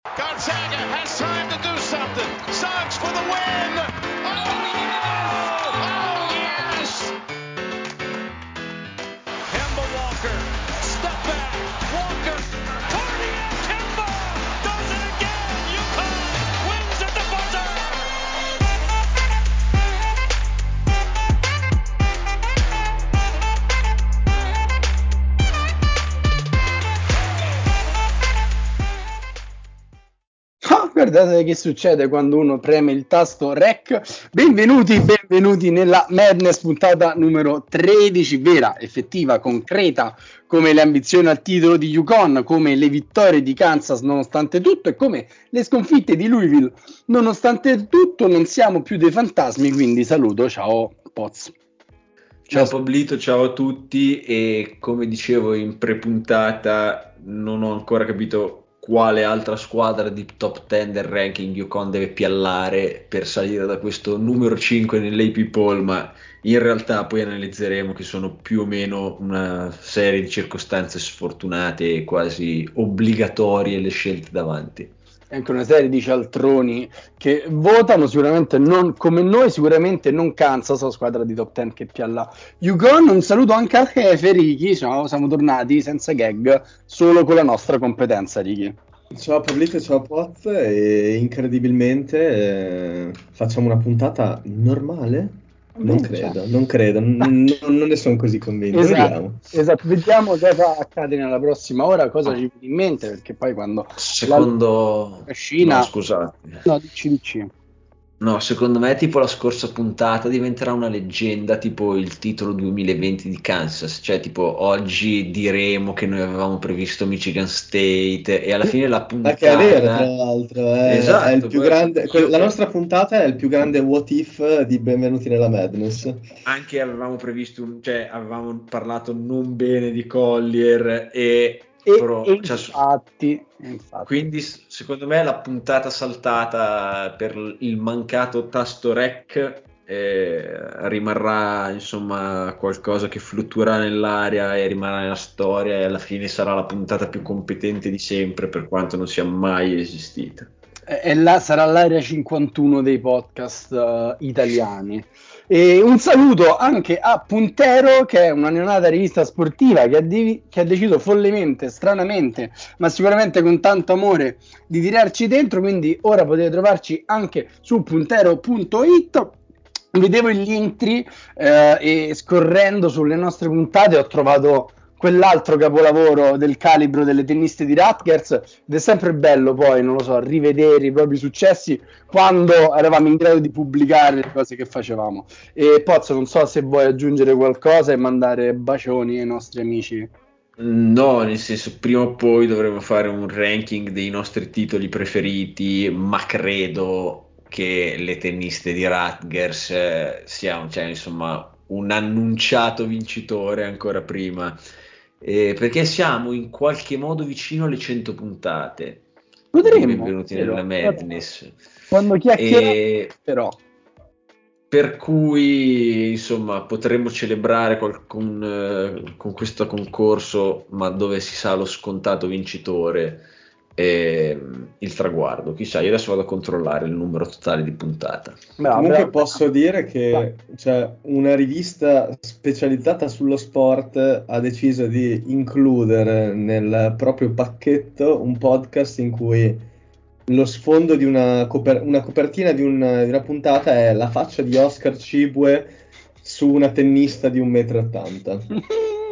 Gonzaga has time to do something. Suggs for the win. Oh, yes! Oh, yes! Kemba Walker. Step back. Walker. Cardiac Kemba does it again. UConn wins at the buzzer. Guardate che succede quando uno preme il tasto REC. Benvenuti nella Madness puntata numero 13, vera, effettiva, concreta, come le ambizioni al titolo di UConn, come le vittorie di Kansas nonostante tutto e come le sconfitte di Louisville nonostante tutto. Non siamo più dei fantasmi, quindi saluto, ciao Poz. Ciao Pablito, ciao a tutti, e come dicevo in prepuntata non ho ancora capito quale altra squadra di top 10 del ranking UConn deve piallare per salire da questo numero 5 nell'AP Poll, ma in realtà poi analizzeremo che sono più o meno una serie di circostanze sfortunate e quasi obbligatorie le scelte davanti. Anche una serie di cialtroni che votano sicuramente non come noi, sicuramente non Kansas, la squadra di top 10 che pialla UConn. Un saluto anche al Jefe, Ricky. Ciao, siamo tornati senza gag, solo con la nostra competenza, Ricky. Ciao Pablito, ciao Poz, e incredibilmente facciamo una puntata normale? Non credo, non ne sono così convinto, vediamo. Esatto, vediamo cosa accade nella prossima ora, cosa ci viene in mente, perché poi quando Secondo... Cina... No, scusate. No, dici. No, secondo me tipo la scorsa puntata diventerà una leggenda, tipo il titolo 2020 di Kansas, cioè tipo oggi diremo che noi avevamo previsto Michigan State e alla fine la puntata... Che è vero, tra l'altro, Esatto, è il più grande, la nostra puntata è il più grande what if di Benvenuti nella Madness. Anche avevamo previsto, cioè avevamo parlato non bene di Collier infatti. Quindi secondo me la puntata saltata per il mancato tasto rec rimarrà insomma qualcosa che fluttuerà nell'aria e rimarrà nella storia, e alla fine sarà la puntata più competente di sempre, per quanto non sia mai esistita. E là sarà l'area 51 dei podcast italiani. E un saluto anche a Puntero, che è una neonata rivista sportiva che ha deciso follemente, stranamente, ma sicuramente con tanto amore, di tirarci dentro. Quindi ora potete trovarci anche su puntero.it. Vedevo gli intri e scorrendo sulle nostre puntate ho trovato quell'altro capolavoro del calibro delle tenniste di Rutgers, ed è sempre bello poi, non lo so, rivedere i propri successi quando eravamo in grado di pubblicare le cose che facevamo. E Pozzo, non so se vuoi aggiungere qualcosa e mandare bacioni ai nostri amici. No, nel senso, prima o poi dovremo fare un ranking dei nostri titoli preferiti, ma credo che le tenniste di Rutgers siano, cioè, insomma, un annunciato vincitore ancora prima, perché siamo in qualche modo vicino alle 100 puntate di Potremmo, Benvenuti nella vero? Madness. Quando chiacchieriamo, E però. per cui insomma potremmo celebrare con questo concorso, ma dove si sa lo scontato vincitore, il traguardo. Chissà, io adesso vado a controllare il numero totale di puntata. Comunque posso dire che una rivista specializzata sullo sport ha deciso di includere nel proprio pacchetto un podcast in cui lo sfondo di una copertina di una puntata è la faccia di Oscar Tshiebwe su una tennista di 1,80 m.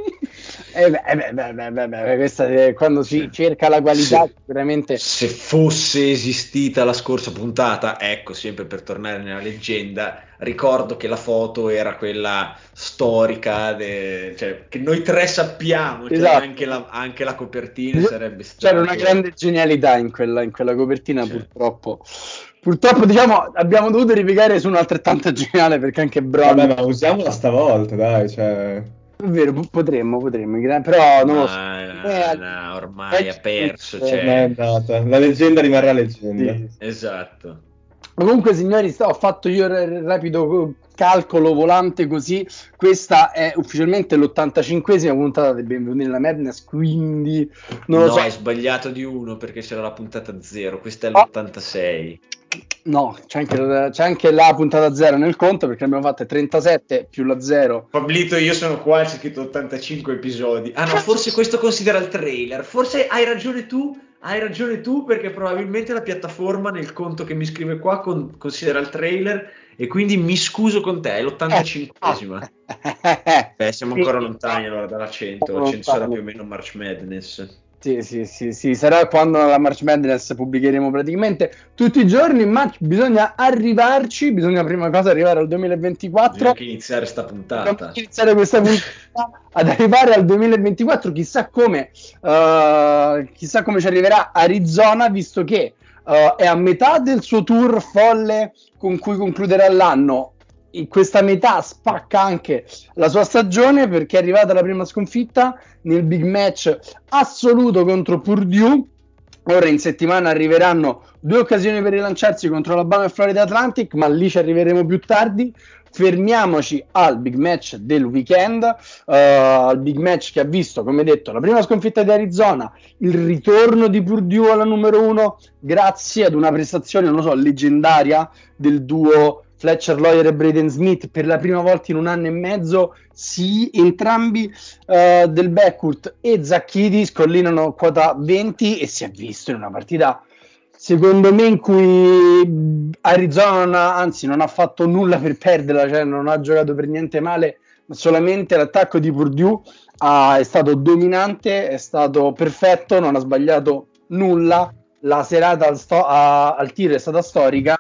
Questa, quando si cerca la qualità, sicuramente. Se fosse esistita la scorsa puntata, ecco, sempre per tornare nella leggenda, ricordo che la foto era quella storica, cioè, che noi tre sappiamo, cioè Esatto. anche la copertina sarebbe C'era una stato... grande genialità in quella copertina, Cioè. purtroppo diciamo abbiamo dovuto ripiegare su un'altrettanto geniale, perché anche Bron... Vabbè, ma usiamola stavolta, dai, cioè... È vero, potremmo, però non lo so. Ma ormai ha perso, Ma è cioè... andata. La leggenda rimarrà leggenda. Sì. Esatto. Comunque, signori, ho fatto io il rapido calcolo volante così. Questa è ufficialmente l'85esima puntata di Benvenuti nella Madness, quindi non lo No, so. hai sbagliato di uno perché c'era la puntata 0, questa è Oh, l'86. no, c'è anche la puntata 0 nel conto perché ne abbiamo fatte 37 più la 0. Pablito, io sono qua, c'è scritto 85 episodi. Ah no, forse questo considera il trailer. Forse hai ragione tu perché probabilmente la piattaforma nel conto che mi scrive qua considera il trailer e quindi mi scuso con te, è l'85esima. Beh, siamo Sì, ancora lontani allora dalla 100, la siamo 100 sarà lontani. più o meno March Madness. Sì, sarà quando alla March Madness pubblicheremo praticamente tutti i giorni, ma bisogna arrivarci, bisogna prima cosa arrivare al Bisogna 2024, anche iniziare sta dobbiamo puntata. iniziare questa puntata ad arrivare al 2024, chissà come ci arriverà Arizona, visto che è a metà del suo tour folle con cui concluderà l'anno. In questa metà spacca anche la sua stagione perché è arrivata la prima sconfitta nel big match assoluto contro Purdue. Ora in settimana arriveranno 2 occasioni per rilanciarsi contro Alabama e Florida Atlantic, ma lì ci arriveremo più tardi. Fermiamoci al big match del weekend, al big match che ha visto, come detto, la prima sconfitta di Arizona, il ritorno di Purdue alla numero 1 grazie ad una prestazione, non lo so, leggendaria del duo Fletcher Loyer e Braden Smith per la prima volta in un anno e mezzo. Sì, entrambi del backcourt e Zacchidi scollinano quota 20 e si è visto in una partita secondo me in cui Arizona anzi non ha fatto nulla per perderla, cioè non ha giocato per niente male, ma solamente l'attacco di Purdue è stato dominante, è stato perfetto, non ha sbagliato nulla. La serata al tiro è stata storica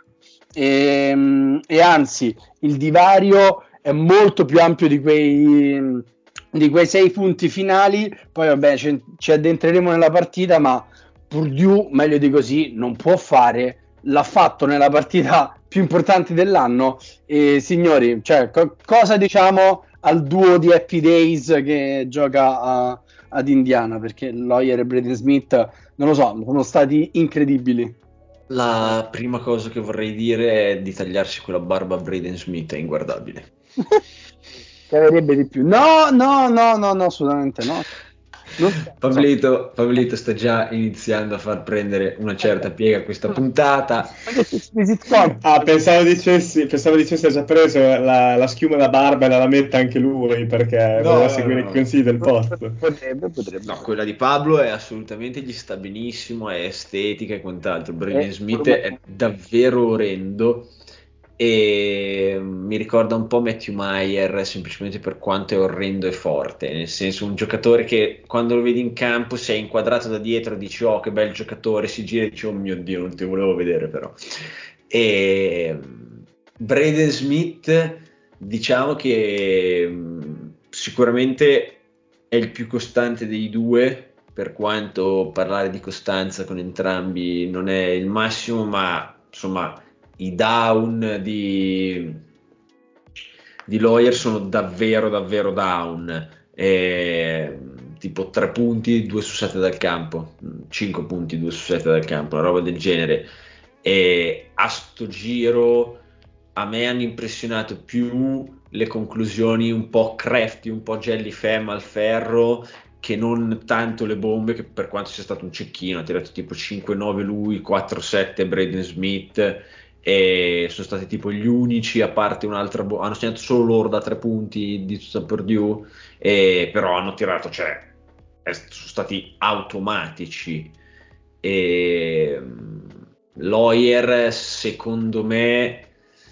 e anzi il divario è molto più ampio di quei 6 punti finali. Poi vabbè ci addentreremo nella partita, ma Purdue meglio di così non può fare, l'ha fatto nella partita più importante dell'anno. E signori, cioè, cosa diciamo al duo di Happy Days che gioca ad Indiana, perché Loyer e Braden Smith non lo so, sono stati incredibili. La prima cosa che vorrei dire è di tagliarsi quella barba a Braden Smith, è inguardabile. Che avrebbe di più? No, assolutamente no. Non scherzo. Pablito sta già iniziando a far prendere una certa piega a questa puntata. Ma che explicit content? Ah, pensavo dicessi ha già preso la schiuma da barba e la lametta anche lui perché No, voleva no, no, seguire i no. consigli del posto. Potrebbe. No, quella di Pablo è assolutamente, gli sta benissimo, è estetica e quant'altro. Braden Smith è davvero orrendo e mi ricorda un po' Matthew Meyer semplicemente per quanto è orrendo e forte, nel senso un giocatore che quando lo vedi in campo sei inquadrato da dietro, dici oh che bel giocatore, si gira e dici oh mio Dio non ti volevo vedere però. E Braden Smith diciamo che sicuramente è il più costante dei due, per quanto parlare di costanza con entrambi non è il massimo, ma insomma i down di Loyer sono davvero davvero down. Tipo 3 punti, 2 su 7 dal campo, 5 punti, 2 su 7 dal campo, una roba del genere. E a sto giro a me hanno impressionato più le conclusioni un po' crafty, un po' jelly fem al ferro, che non tanto le bombe, che per quanto sia stato un cecchino, ha tirato tipo 5-9 lui, 4-7 Braden Smith, e sono stati tipo gli unici, a parte un'altra hanno segnato solo loro da 3 punti di tutta Purdue, però hanno tirato, cioè, sono stati automatici. E Loyer, secondo me,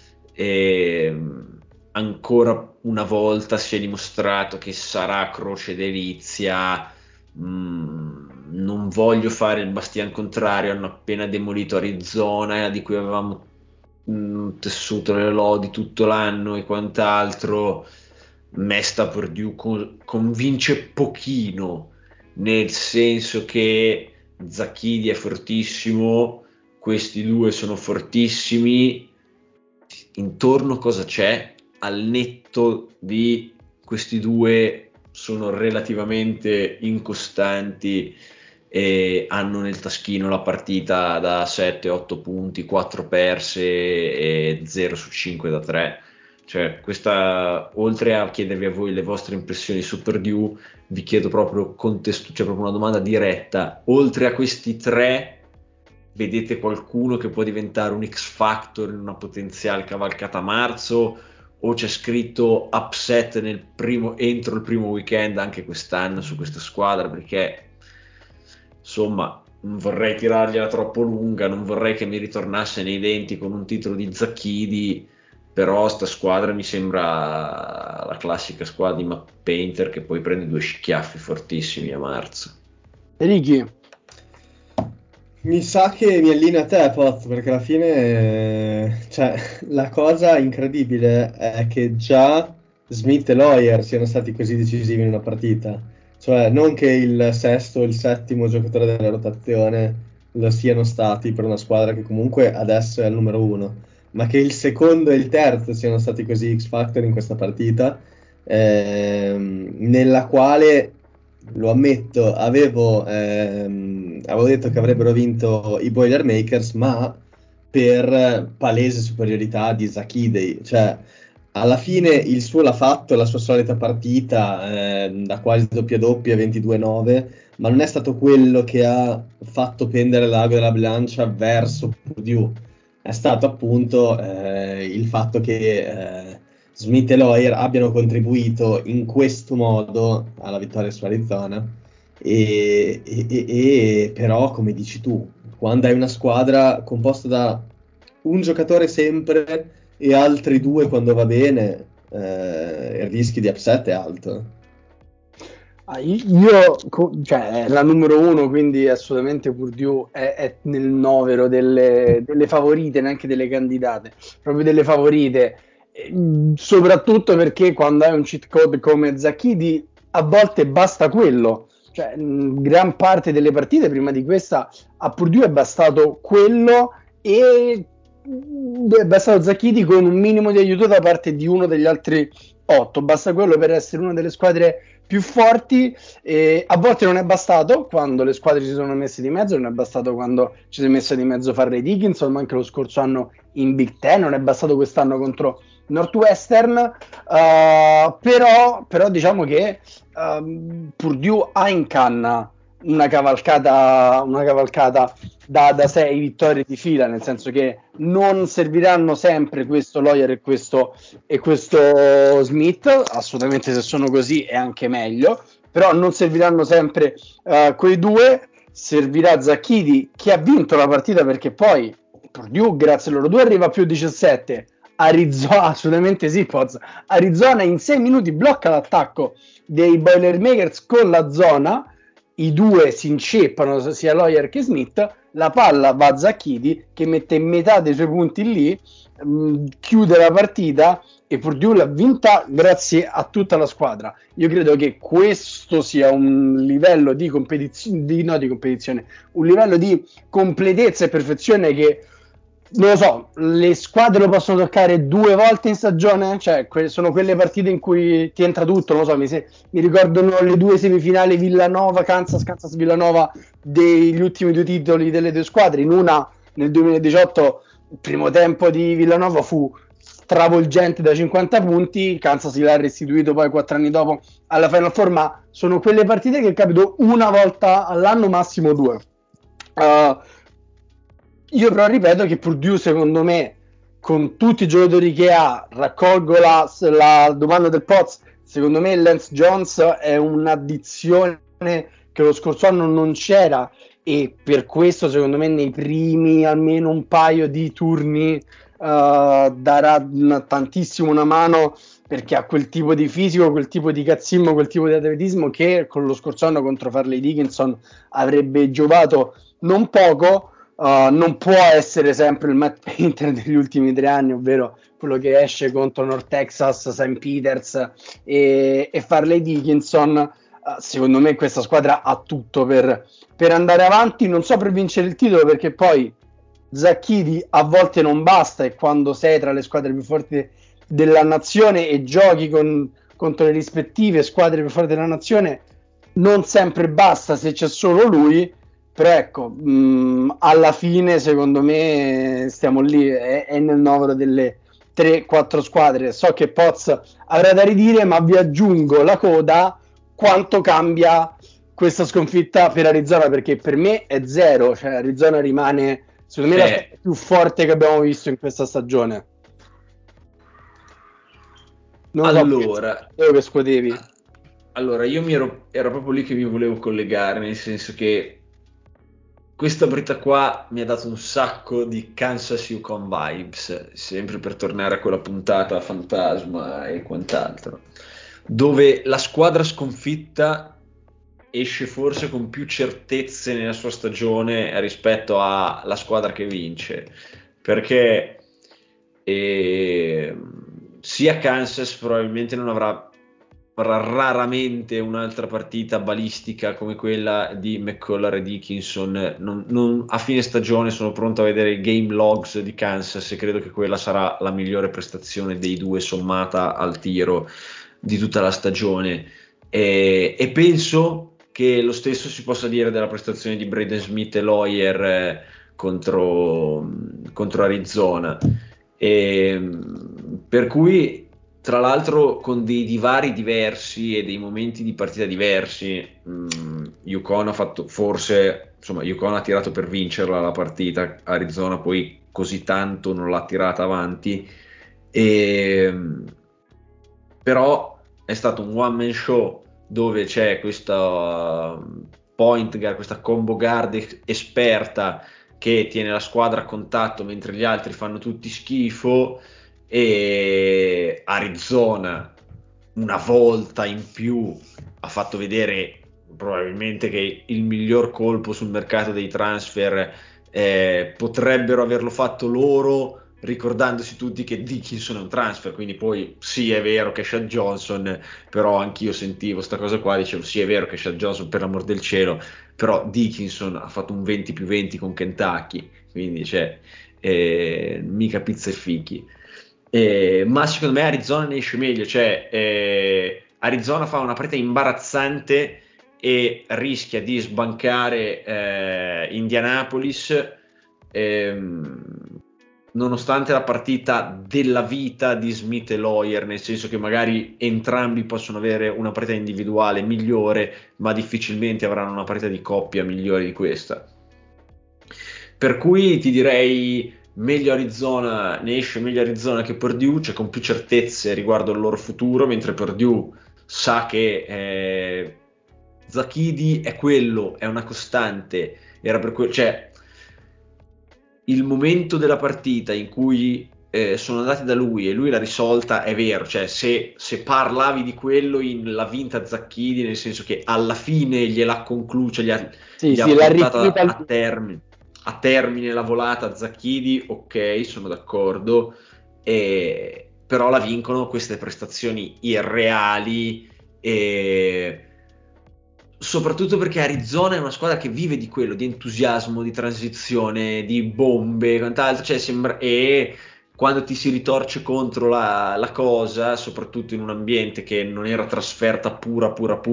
ancora una volta si è dimostrato che sarà croce delizia. Non voglio fare il bastian contrario, hanno appena demolito Arizona, di cui avevamo tessuto le lodi tutto l'anno e quant'altro. Me sta Purdue convince pochino, nel senso che Zacchidi è fortissimo, questi due sono fortissimi. Intorno cosa c'è? Al netto di questi due sono relativamente incostanti e hanno nel taschino la partita da 7-8 punti, 4 perse e 0 su 5 da 3. Cioè, questa, oltre a chiedervi a voi le vostre impressioni su Purdue, vi chiedo proprio cioè proprio una domanda diretta. Oltre a questi tre, vedete qualcuno che può diventare un X Factor in una potenziale cavalcata a marzo? O c'è scritto upset entro il primo weekend anche quest'anno su questa squadra? Perché insomma non vorrei tirargliela troppo lunga, non vorrei che mi ritornasse nei denti con un titolo di Zacchidi, però sta squadra mi sembra la classica squadra di Matt Painter che poi prende 2 schiaffi fortissimi a marzo. Ricky, mi sa che mi allineo a te, Poz, perché alla fine, cioè, la cosa incredibile è che già Smith e Lawyer siano stati così decisivi in una partita. Cioè, non che il sesto o il settimo giocatore della rotazione lo siano stati per una squadra che comunque adesso è al numero uno, ma che il secondo e il terzo siano stati così X Factor in questa partita, nella quale, lo ammetto, avevo detto che avrebbero vinto i Boilermakers, ma per palese superiorità di Zachidei. Cioè, alla fine il suo l'ha fatto, la sua solita partita, da quasi doppia doppia, 22-9, ma non è stato quello che ha fatto pendere l'ago della bilancia verso Purdue. È stato appunto il fatto che Smith e Lawyer abbiano contribuito in questo modo alla vittoria su Arizona. E però, come dici tu, quando hai una squadra composta da un giocatore sempre e altri due quando va bene, il rischio di upset è alto. cioè, è la numero uno, quindi assolutamente Purdue è nel novero delle favorite, neanche delle candidate, proprio delle favorite. Soprattutto perché quando hai un cheat code come Zacchidi, a volte basta quello. Cioè, gran parte delle partite prima di questa a Purdue è bastato quello e è bastato Zacchidi con un minimo di aiuto da parte di uno degli altri 8. Basta quello per essere una delle squadre più forti. A volte non è bastato quando le squadre si sono messe di mezzo, non è bastato quando ci si è messa di mezzo Farley Dickinson, ma anche lo scorso anno in Big Ten, non è bastato quest'anno contro Northwestern, però diciamo che Purdue ha in canna una cavalcata da 6 vittorie di fila, nel senso che non serviranno sempre questo Lawyer e questo Smith, assolutamente, se sono così è anche meglio, però non serviranno sempre quei due. Servirà Zacchidi, che ha vinto la partita, perché poi Purdue grazie a loro due arriva a più 17. Arizona, assolutamente sì, Poz. Arizona in 6 minuti blocca l'attacco dei Boilermakers con la zona, i due si inceppano sia Lawyer che Smith, la palla va a Zacchidi che mette metà dei suoi punti lì, chiude la partita e Purdue l'ha vinta grazie a tutta la squadra. Io credo che questo sia un livello di competizione, un livello di completezza e perfezione che, non lo so, le squadre lo possono toccare 2 volte in stagione, cioè sono quelle partite in cui ti entra tutto, non lo so, mi ricordano le 2 semifinali Villanova, Kansas Villanova degli ultimi 2 titoli delle 2 squadre. In una nel 2018 il primo tempo di Villanova fu travolgente da 50 punti, Kansas l'ha restituito poi 4 anni dopo alla Final Four, ma sono quelle partite che capito una volta all'anno, massimo 2. Io però ripeto che Purdue, secondo me, con tutti i giocatori che ha, raccolgo la domanda del Poz, secondo me Lance Jones è un'addizione che lo scorso anno non c'era, e per questo secondo me nei primi almeno un paio di turni darà tantissimo una mano, perché ha quel tipo di fisico, quel tipo di cazzimmo, quel tipo di atletismo che con lo scorso anno contro Farley Dickinson avrebbe giovato non poco. Non può essere sempre il Matt Painter degli ultimi 3 anni, ovvero quello che esce contro North Texas, St. Peters e Farley Dickinson. Secondo me questa squadra ha tutto per andare avanti, non so per vincere il titolo, perché poi Zacchidi a volte non basta, e quando sei tra le squadre più forti della nazione e giochi contro le rispettive squadre più forti della nazione non sempre basta se c'è solo lui. Però ecco, alla fine secondo me stiamo lì, è nel novero delle 3-4 squadre. So che Poz avrà da ridire, ma vi aggiungo la coda: quanto cambia questa sconfitta per Arizona, perché per me è zero, cioè Arizona rimane secondo me la squadra più forte che abbiamo visto in questa stagione. Non lo so, che scuotevi. Allora, ero proprio lì che mi volevo collegare, nel senso che questa partita qua mi ha dato un sacco di Kansas Yukon vibes, sempre per tornare a quella puntata fantasma e quant'altro, dove la squadra sconfitta esce forse con più certezze nella sua stagione rispetto alla squadra che vince, perché sia Kansas probabilmente non avrà raramente un'altra partita balistica come quella di McCullough e Dickinson. A fine stagione sono pronto a vedere i game logs di Kansas e credo che quella sarà la migliore prestazione dei due sommata al tiro di tutta la stagione, e penso che lo stesso si possa dire della prestazione di Braden Smith e Lawyer contro Arizona, per cui tra l'altro con dei divari diversi e dei momenti di partita diversi. Yukon ha fatto forse, insomma, Yukon ha tirato per vincerla la partita, Arizona poi così tanto non l'ha tirata avanti, però è stato un one man show dove c'è questa point guard, questa combo guard esperta che tiene la squadra a contatto mentre gli altri fanno tutti schifo, e Arizona una volta in più ha fatto vedere probabilmente che il miglior colpo sul mercato dei transfer potrebbero averlo fatto loro, ricordandosi tutti che Dickinson è un transfer, quindi poi sì è vero che Shad Johnson, però anch'io sentivo sta cosa qua, dicevo sì è vero che Shad Johnson per l'amor del cielo, però Dickinson ha fatto un 20+20 con Kentucky, quindi mica pizza e fichi. Ma secondo me Arizona ne esce meglio, cioè Arizona fa una partita imbarazzante e rischia di sbancare Indianapolis, nonostante la partita della vita di Smith e Lawyer, nel senso che magari entrambi possono avere una partita individuale migliore, ma difficilmente avranno una partita di coppia migliore di questa. Per cui ti direi meglio Arizona, ne esce meglio Arizona che Purdue, cioè con più certezze riguardo al loro futuro, mentre Purdue sa che Zachidi è quello, è una costante, era per cioè il momento della partita in cui sono andati da lui e lui l'ha risolta è vero, cioè se parlavi di quello l'ha vinta Zachidi, nel senso che alla fine gliel'ha conclusa, gli ha l'ha portata rifinita a termine la volata Zachidi, ok, sono d'accordo, però la vincono queste prestazioni irreali, e soprattutto perché Arizona è una squadra che vive di quello, di entusiasmo, di transizione, di bombe e quant'altro, cioè e quando ti si ritorce contro la cosa, soprattutto in un ambiente che non era trasferta pura,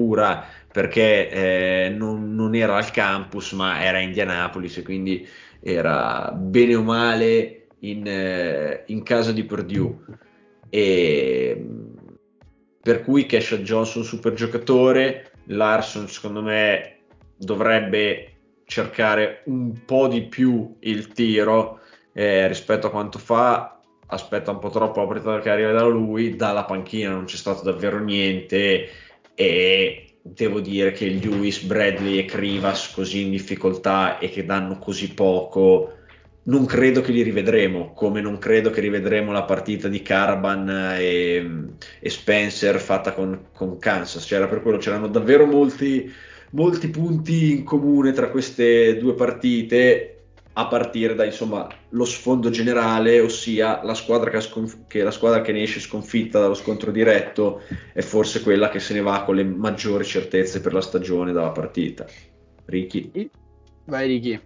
perché non era al campus, ma era a Indianapolis, e quindi era bene o male in casa di Purdue. E per cui Kesha Johnson super giocatore, Larson secondo me dovrebbe cercare un po' di più il tiro rispetto a quanto fa, aspetta un po' troppo la partita che arriva da lui, dalla panchina non c'è stato davvero niente, e devo dire che Lewis, Bradley e Krivas così in difficoltà e che danno così poco, non credo che li rivedremo, come non credo che rivedremo la partita di Caravan e Spencer fatta con Kansas. C'era per quello, c'erano davvero molti punti in comune tra queste due partite, a partire da insomma lo sfondo generale, ossia la squadra che la squadra che ne esce sconfitta dallo scontro diretto è forse quella che se ne va con le maggiori certezze per la stagione dalla partita. Ricky? Vai Ricky.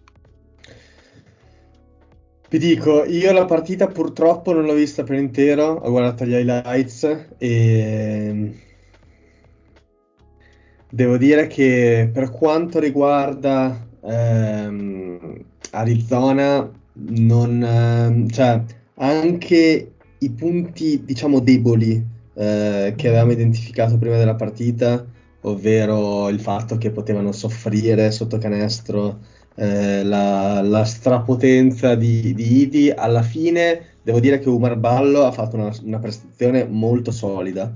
Vi dico, io la partita purtroppo non l'ho vista per intero, ho guardato gli highlights e devo dire che per quanto riguarda Arizona non, cioè, anche i punti, diciamo, deboli che avevamo identificato prima della partita, ovvero il fatto che potevano soffrire sotto canestro, la strapotenza di Idi, alla fine devo dire che Umar Ballo ha fatto una prestazione molto solida,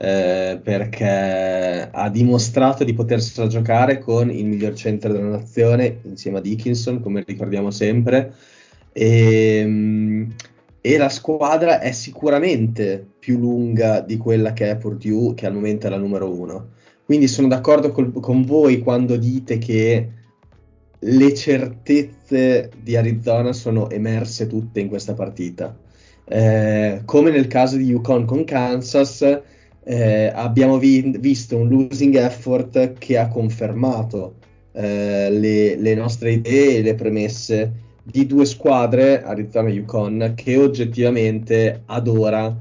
perché ha dimostrato di potersela giocare con il miglior centro della nazione insieme a Dickinson, come ricordiamo sempre, e, e la squadra è sicuramente più lunga di quella che è Purdue, che al momento è la numero uno. Quindi sono d'accordo con voi quando dite che le certezze di Arizona sono emerse tutte in questa partita. Come nel caso di UConn con Kansas, abbiamo visto un losing effort che ha confermato le nostre idee e le premesse di due squadre, Arizona e UConn, che oggettivamente ad ora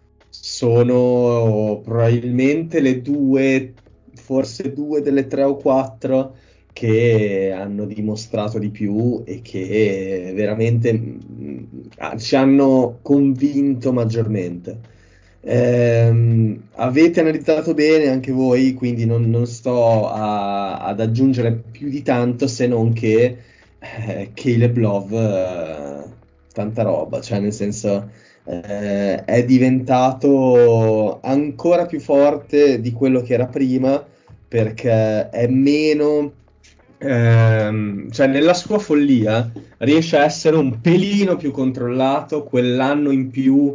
sono probabilmente le due, forse due delle tre o quattro che hanno dimostrato di più e che veramente ci hanno convinto maggiormente. Avete analizzato bene anche voi, quindi non sto ad aggiungere più di tanto, se non che Caleb Love, tanta roba, cioè nel senso è diventato ancora più forte di quello che era prima, perché è meno, cioè nella sua follia riesce a essere un pelino più controllato. Quell'anno in più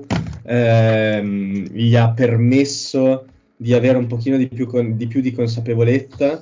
gli ha permesso di avere un pochino di più di consapevolezza,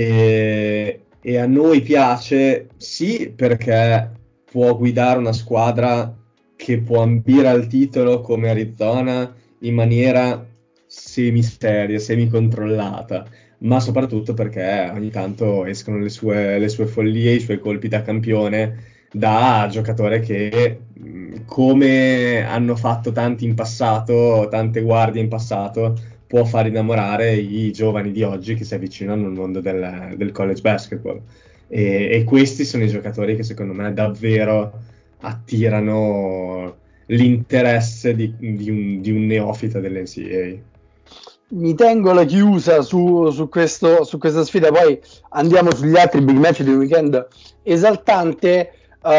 e a noi piace, sì, perché può guidare una squadra che può ambire al titolo come Arizona in maniera semi-seria, semi-controllata, ma soprattutto perché ogni tanto escono le sue follie, i suoi colpi da campione, da giocatore che, come hanno fatto tanti in passato, tante guardie in passato, può far innamorare i giovani di oggi che si avvicinano al mondo del college basketball. E questi sono i giocatori che secondo me davvero attirano l'interesse di un neofita dell'NCAA. Mi tengo la chiusa su questa sfida, poi andiamo sugli altri big match del weekend esaltante.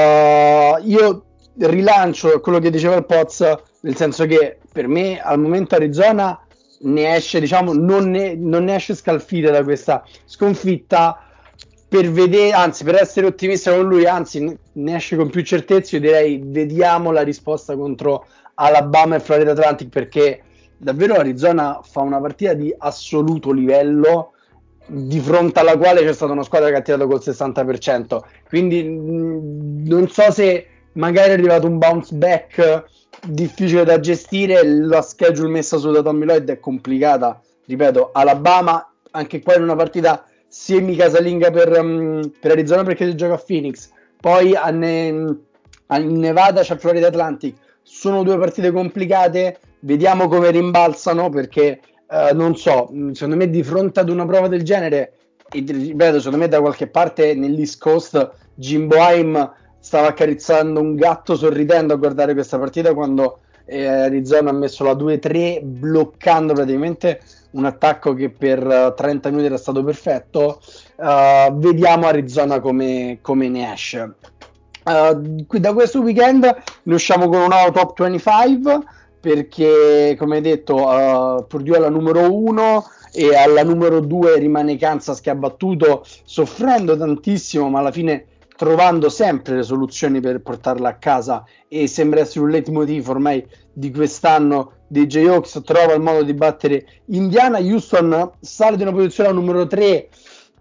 Io rilancio quello che diceva il Poz, nel senso che per me al momento Arizona ne esce, diciamo, non ne esce scalfita da questa sconfitta. Per vedere, anzi, per essere ottimista con lui, anzi, ne esce con più certezza. Io direi vediamo la risposta contro Alabama e Florida Atlantic, perché davvero Arizona fa una partita di assoluto livello, di fronte alla quale c'è stata una squadra che ha tirato col 60%. Quindi non so se magari è arrivato un bounce back difficile da gestire. La schedule messa su da Tommy Lloyd è complicata, ripeto. Alabama anche qua in una partita semi casalinga per Arizona, perché si gioca a Phoenix, poi in Nevada c'è Florida Atlantic. Sono due partite complicate, vediamo come rimbalzano, perché non so, secondo me di fronte ad una prova del genere, e ripeto, secondo me da qualche parte nell'East Coast Jim Boeheim stava accarezzando un gatto sorridendo a guardare questa partita, quando Arizona ha messo la 2-3 bloccando praticamente un attacco che per 30 minuti era stato perfetto. Vediamo Arizona come ne esce. Qui da questo weekend ne usciamo con un nuovo top 25, perché come detto Purdue è la numero 1 e alla numero 2 rimane Kansas, che ha battuto soffrendo tantissimo, ma alla fine trovando sempre le soluzioni per portarla a casa, e sembra essere un leitmotiv ormai di quest'anno dei Jayhawks. Trova il modo di battere Indiana. Houston sale di una posizione al numero 3,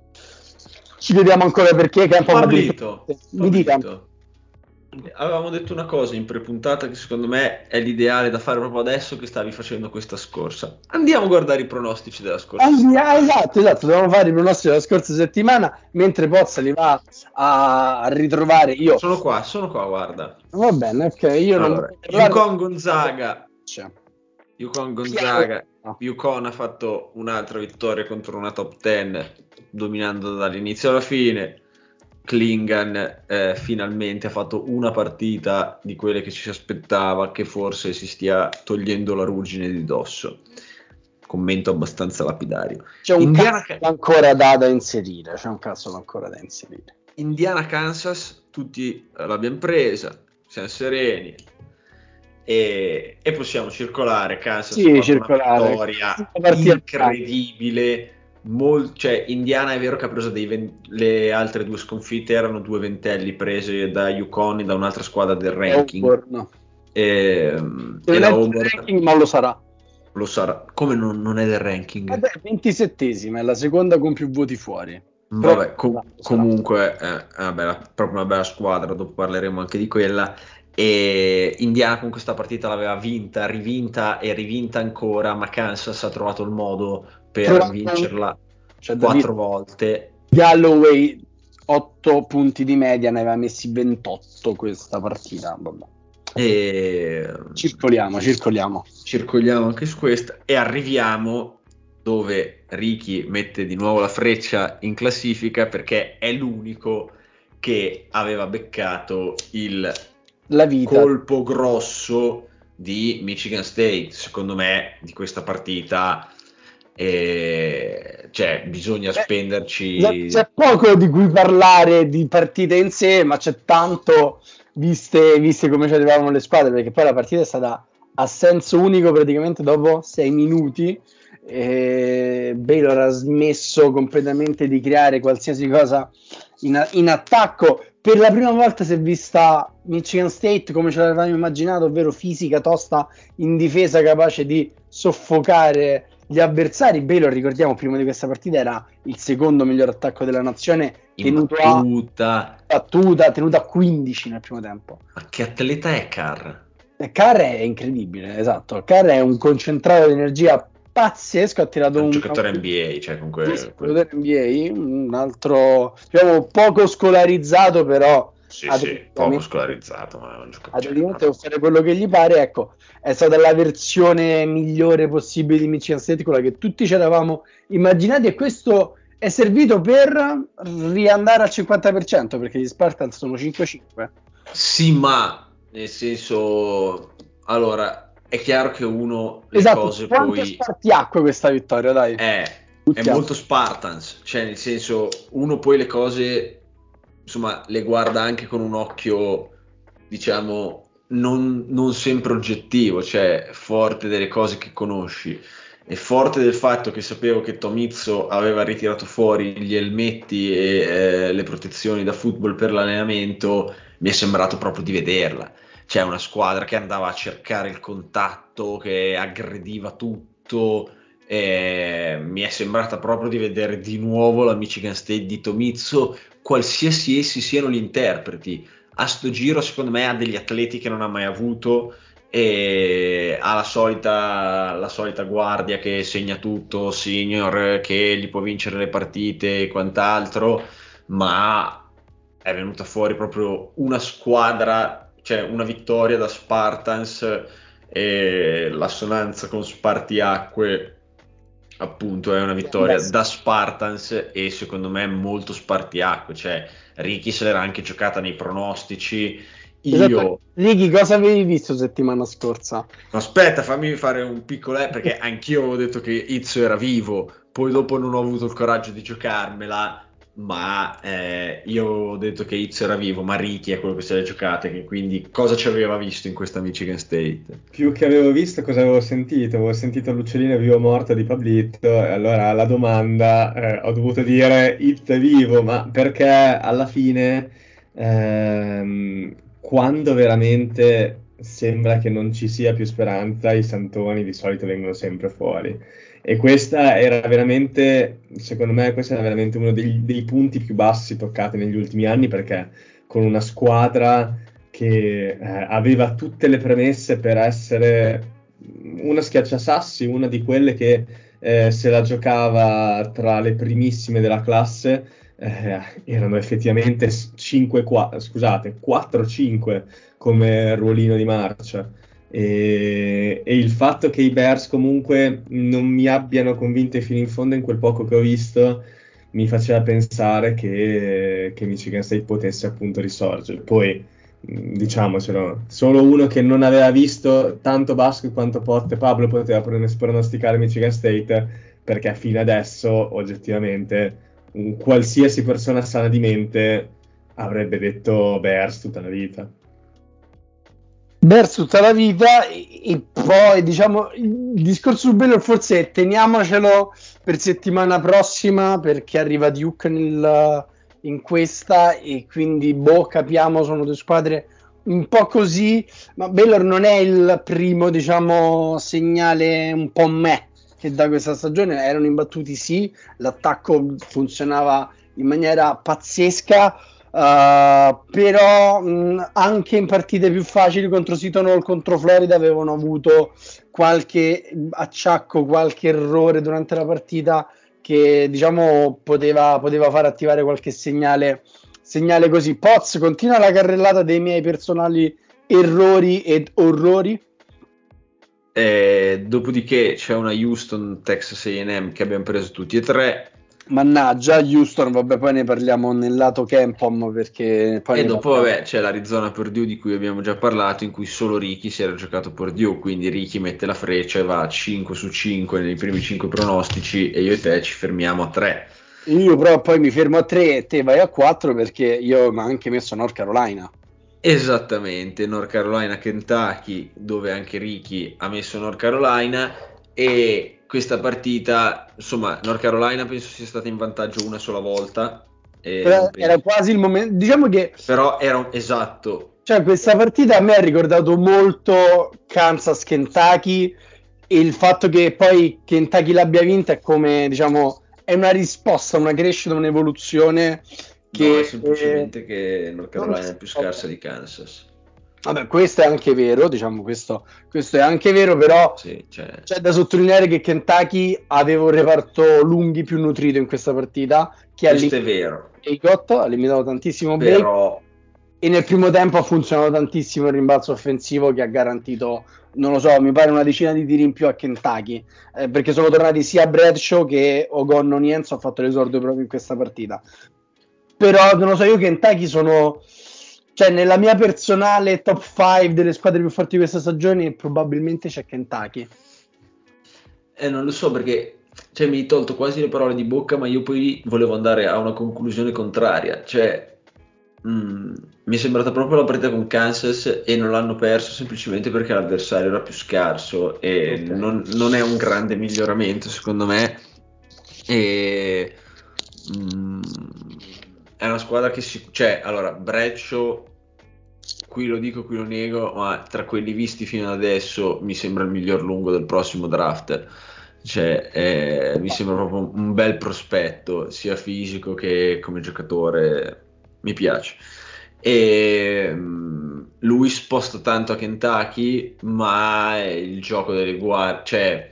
ci vediamo ancora perché campo Pablito, mi dica. avevamo detto una cosa in prepuntata che secondo me è l'ideale da fare proprio adesso che stavi facendo questa scorsa. Andiamo a guardare i pronostici della scorsa settimana. Esatto, dobbiamo fare i pronostici della scorsa settimana, mentre Pozza li va a ritrovare. Io Sono qua, guarda. va bene, ok, io non Allora, voglio parlare. UConn Chiaro. Gonzaga, UConn ha fatto un'altra vittoria contro una top 10, dominando dall'inizio alla fine. Klingan finalmente ha fatto una partita di quelle che ci si aspettava, che forse si stia togliendo la ruggine di dosso. Commento abbastanza lapidario. C'è un cazzo ancora da inserire. Indiana-Kansas, tutti l'abbiamo presa, siamo sereni e possiamo circolare. Kansas ha fatto una vittoria incredibile. Cioè, Indiana è vero che ha preso le altre due sconfitte, erano 2 ventelli prese da UConn e da un'altra squadra del ranking. Auburn. Non è del ranking, ma lo sarà. Lo sarà. Come non è del ranking? Vabbè, 27esima, è la seconda con più voti fuori. Vabbè, comunque proprio una bella squadra, dopo parleremo anche di quella. E Indiana con questa partita l'aveva vinta, rivinta e rivinta ancora, ma Kansas ha trovato il modo per vincerla 4 volte. Galloway 8 punti di media, ne aveva messi 28 questa partita. Vabbè. E circoliamo anche su questa e arriviamo dove Ricky mette di nuovo la freccia in classifica, perché è l'unico che aveva beccato la vita. Colpo grosso di Michigan State, secondo me, di questa partita. Cioè, bisogna spenderci. C'è poco di cui parlare di partite in sé, ma c'è tanto viste come ci arrivavano le squadre, perché poi la partita è stata a senso unico praticamente dopo 6 minuti. Baylor ha smesso completamente di creare qualsiasi cosa in attacco. Per la prima volta si è vista Michigan State come ce l'avevamo immaginato, ovvero fisica, tosta, in difesa, capace di soffocare gli avversari. Baylor, ricordiamo, prima di questa partita era il secondo miglior attacco della nazione, tenuto a 15 nel primo tempo. Ma che atleta è Carr? Carr è incredibile, esatto. Carr è un concentrato di energia pazzesco, ha tirato un giocatore NBA, cioè comunque giocatore NBA, un altro, diciamo, poco scolarizzato, però poco scolarizzato, ma è un giocatore. Può fare quello che gli pare. Ecco, è stata la versione migliore possibile di Michigan State, quella che tutti ci eravamo immaginati, e questo è servito per riandare al 50%, perché gli Spartans sono 5-5. Sì, ma nel senso, allora, è chiaro che uno le cose quanto poi spartiacque questa vittoria, dai. È molto Spartans, cioè nel senso, uno poi le cose, insomma, le guarda anche con un occhio, diciamo, non sempre oggettivo, cioè forte delle cose che conosci e forte del fatto che sapevo che Tom Izzo aveva ritirato fuori gli elmetti e le protezioni da football per l'allenamento. Mi è sembrato proprio di vederla. C'è una squadra che andava a cercare il contatto, che aggrediva tutto. Mi è sembrata proprio di vedere di nuovo la Michigan State di Tom Izzo, qualsiasi essi siano gli interpreti. A sto giro, secondo me, ha degli atleti che non ha mai avuto, e ha la solita guardia che segna tutto, senior, che gli può vincere le partite e quant'altro, ma è venuta fuori proprio una squadra, cioè una vittoria da Spartans, e l'assonanza con Spartiacque appunto è una vittoria da Spartans, e secondo me molto Spartiacque. Cioè Ricky se l'era anche giocata nei pronostici. Ricky, cosa avevi visto settimana scorsa? Aspetta, fammi fare un piccolo perché anch'io avevo detto che Izzo era vivo, poi dopo non ho avuto il coraggio di giocarmela, ma io ho detto che Izzo era vivo, ma Ricky è quello che se l'è giocata, che quindi cosa ci aveva visto in questa Michigan State? Più che avevo visto, cosa avevo sentito? Avevo sentito l'uccellino vivo morto di Pablito, e allora alla domanda ho dovuto dire Izzo è vivo, ma perché alla fine quando veramente sembra che non ci sia più speranza, i santoni di solito vengono sempre fuori. E questa era veramente, secondo me, questo era veramente uno dei punti più bassi toccati negli ultimi anni, perché con una squadra che aveva tutte le premesse per essere una schiacciasassi, una di quelle che se la giocava tra le primissime della classe, erano effettivamente 4-5 come ruolino di marcia. E il fatto che i Bears comunque non mi abbiano convinto fino in fondo in quel poco che ho visto mi faceva pensare che Michigan State potesse appunto risorgere. Poi, diciamocelo, solo uno che non aveva visto tanto basket quanto Pot e Pablo poteva pronosticare Michigan State, perché fino adesso, oggettivamente, qualsiasi persona sana di mente avrebbe detto Bears tutta la vita. Bears tutta la vita e poi diciamo il discorso su Baylor forse teniamocelo per settimana prossima perché arriva Duke in questa e quindi capiamo, sono due squadre un po' così, ma Baylor non è il primo diciamo segnale un po' che da questa stagione erano imbattuti, sì, l'attacco funzionava in maniera pazzesca. Però anche in partite più facili contro Seton Hall, contro Florida avevano avuto qualche acciacco, qualche errore durante la partita che diciamo poteva far attivare qualche segnale così. Poz, continua la carrellata dei miei personali errori ed orrori. Dopodiché c'è una Houston Texas A&M che abbiamo preso tutti e tre. Mannaggia, Houston, vabbè, poi ne parliamo nel lato Kempom perché poi E ne dopo, parliamo. vabbè, c'è l'Arizona Purdue di cui abbiamo già parlato, in cui solo Ricky si era giocato Purdue, quindi Ricky mette la freccia e va a 5 su 5 nei primi 5 pronostici e io e te ci fermiamo a 3. Io però poi mi fermo a 3 e te vai a 4 perché io mi ho anche messo North Carolina. Esattamente, North Carolina, Kentucky, dove anche Ricky ha messo North Carolina, e questa partita, insomma, North Carolina penso sia stata in vantaggio una sola volta, e non Era penso. quasi il momento, diciamo che Però era esatto. cioè, questa partita a me ha ricordato molto Kansas-Kentucky e il fatto che poi Kentucky l'abbia vinta è come, diciamo, è una risposta, una crescita, un'evoluzione No, è che semplicemente che North non lo Carolina è più so. scarsa di Kansas. Vabbè, questo è anche vero, diciamo, questo è anche vero, però Sì, cioè, c'è da sottolineare che Kentucky aveva un reparto lunghi più nutrito in questa partita, che ha questo è limitato vero, Bacot, ha limitato tantissimo Bacot, però e nel primo tempo ha funzionato tantissimo il rimbalzo offensivo che ha garantito, non lo so, mi pare una decina di tiri in più a Kentucky, perché sono tornati sia Bradshaw che Ogonno Nienzo, ha fatto l'esordio proprio in questa partita. Però non lo so, io Kentucky sono, cioè nella mia personale top 5 delle squadre più forti di questa stagione probabilmente c'è Kentucky. non lo so perché cioè, mi hai tolto quasi le parole di bocca, ma io poi volevo andare a una conclusione contraria. Cioè, mi è sembrata proprio la partita con Kansas e non l'hanno perso semplicemente perché l'avversario era più scarso e Ok. non è un grande miglioramento secondo me. E, mm, è una squadra che cioè, allora, Bradshaw, qui lo dico, qui lo nego, ma tra quelli visti fino ad adesso mi sembra il miglior lungo del prossimo draft. Cioè, mi sembra proprio un bel prospetto, sia fisico che come giocatore, mi piace. E lui sposta tanto a Kentucky, ma il gioco delle guardie, cioè